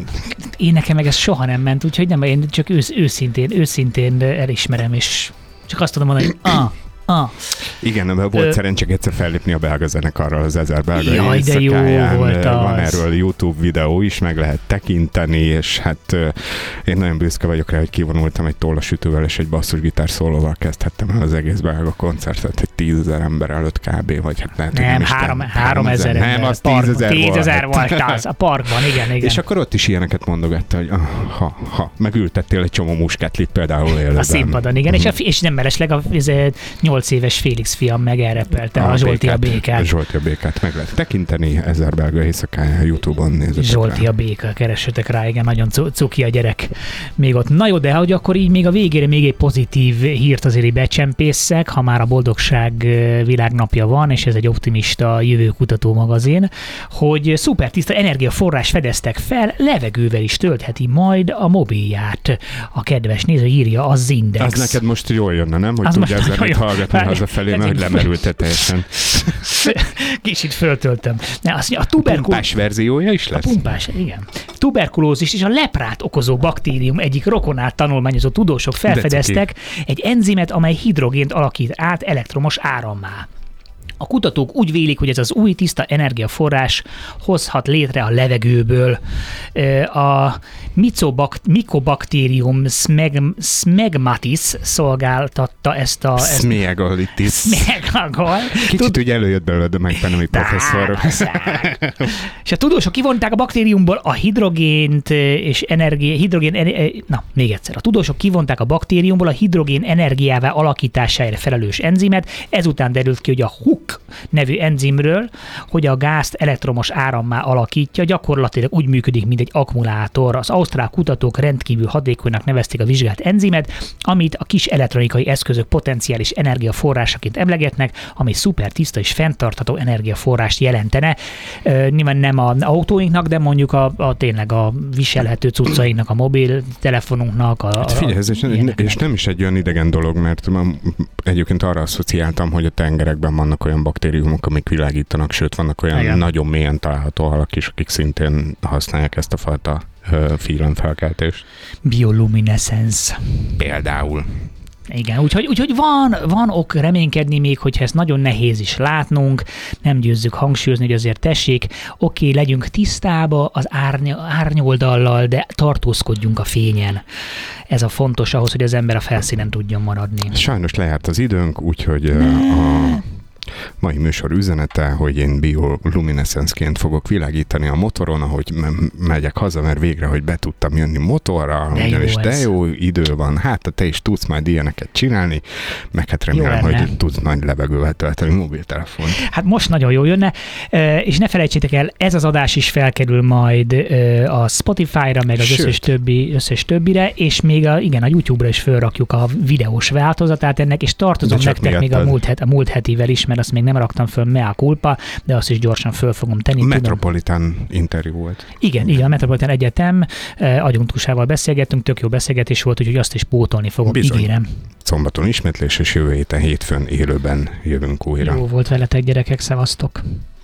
én nekem meg ez soha nem ment, úgyhogy nem, én csak ősz, őszintén, őszintén elismerem, és csak azt tudom mondani, hogy ah, ah. Igen, volt Ö... szerencsék egyszer fellépni a belga zenekarral, az ezer belga jaj, de jó volt van az. Erről YouTube videó is, meg lehet tekinteni, és hát én nagyon büszke vagyok rá, hogy kivonultam egy tollasütővel, és egy basszusgitár szólóval kezdhettem el az egész belga koncertet, egy tízezer ember előtt kb. Vagy hát lehet, nem, nem három, három ezer ember. Nem, az tízezer volt. Tízezer volt az, a parkban, igen, igen. És akkor ott is ilyeneket mondogatta, hogy ha, ha, megültettél egy csomó muskátlit például élőben. A színpadon, igen, és, a, és nem mellesleg a nyolc éves Félix fiam meg elrepelte a, a Zsolti a békát. Zsolti a békát meg lehet tekinteni, ezer belga éjszakája YouTube-on nézzetek Zsolti rá. a béka, keressetek rá, igen, nagyon cuki a gyerek még ott. Na jó, de hogy akkor így még a végére még egy pozitív hírt azért becsempészek, ha már a Boldogság világnapja van, és ez egy optimista jövőkutató magazin, hogy szuper tiszta energiaforrás fedeztek fel, levegővel is töltheti majd a mobilját. A kedves néző írja az Index. Az neked most jól jönne, nem? Hogy Az tudja most ezzel nagyon hallgatni jó. hazafelé, mert hogy Ez így- lemerülte teljesen. Kicsit föltöltöm. Ne, azt mondja, a A tuberkulózis... pumpás verziója is A lesz? pumpás, igen. Tuberkulózis és a leprát okozó baktérium egyik rokonát tanulmányozó tudósok felfedeztek egy enzimet, amely hidrogént alakít át elektromos árammá. A kutatók úgy vélik, hogy ez az új tiszta energiaforrás hozhat létre a levegőből. A Mycobacterium smeg, smegmatis szolgáltatta ezt a... ezt- Smegalitis. Smegagal. Kicsit úgy előjött belőled a megpenemi professzor. És a tudósok kivonták a baktériumból a hidrogént és energia, hidrogén, ener- na, még egyszer. A tudósok kivonták a baktériumból a hidrogén energiává alakítására felelős enzimet, ezután derült ki, hogy a huk nevű enzimről, hogy a gázt elektromos árammá alakítja, gyakorlatilag úgy működik, mint egy akkumulátor. Az ausztrál kutatók rendkívül hatékonynak nevezték a vizsgált enzimet, amit a kis elektronikai eszközök potenciális energiaforrásaként emlegetnek, ami szuper tiszta és fenntartható energiaforrást jelentene. Ö, nyilván nem az autóinknak, de mondjuk a, a tényleg a viselhető cuccainknak, a mobiltelefonunknak. A, Hát figyelj, ez és, ilyeneknek. és nem is egy olyan idegen dolog, mert ma egyébként arra asszociáltam, hogy a tengerekben vannak olyan baktériumok, amik világítanak, sőt vannak olyan Igen. nagyon mélyen található halak is, akik szintén használják ezt a fajta ö, félelemfelkeltést. Bioluminescence. Például. Igen, úgyhogy, úgyhogy van, van ok reménykedni még, hogyha ezt nagyon nehéz is látnunk, nem győzzük hangsúlyozni, hogy azért tessék, oké, legyünk tisztába az árny, árnyoldallal, de tartózkodjunk a fényen. Ez a fontos ahhoz, hogy az ember a felszínen tudjon maradni. Sajnos lejárt az időnk, úgyhogy ö, a mai műsor üzenete, hogy én bioluminescence-ként fogok világítani a motoron, ahogy me- megyek haza, mert végre, hogy be tudtam jönni motorra, De jó és de ez. jó idő van, hát te is tudsz majd ilyeneket csinálni, meg hát remélem, lenne. hogy tudsz nagy levegővel tölteni mobiltelefont. Hát most nagyon jó jönne, és ne felejtsétek el, ez az adás is felkerül majd a Spotify-ra, meg az Sőt. összes, többi, összes többire, és még a, igen, a YouTube-ra is felrakjuk a videós változatát ennek, és tartozom De csak nektek még a miattad. múlt, het, a múlt hetivel is, mert azt még nem raktam föl, mea culpa, de azt is gyorsan föl fogom tenni. Tudom. Metropolitan interjú volt. Igen, igen, a Metropolitan Egyetem adjunktusával beszélgettünk, tök jó beszélgetés volt, úgyhogy azt is pótolni fogom, Bizony. ígérem. Szombaton ismétlés, és jövő héten hétfőn élőben jövünk újra. Jó volt veletek, gyerekek, szevasztok!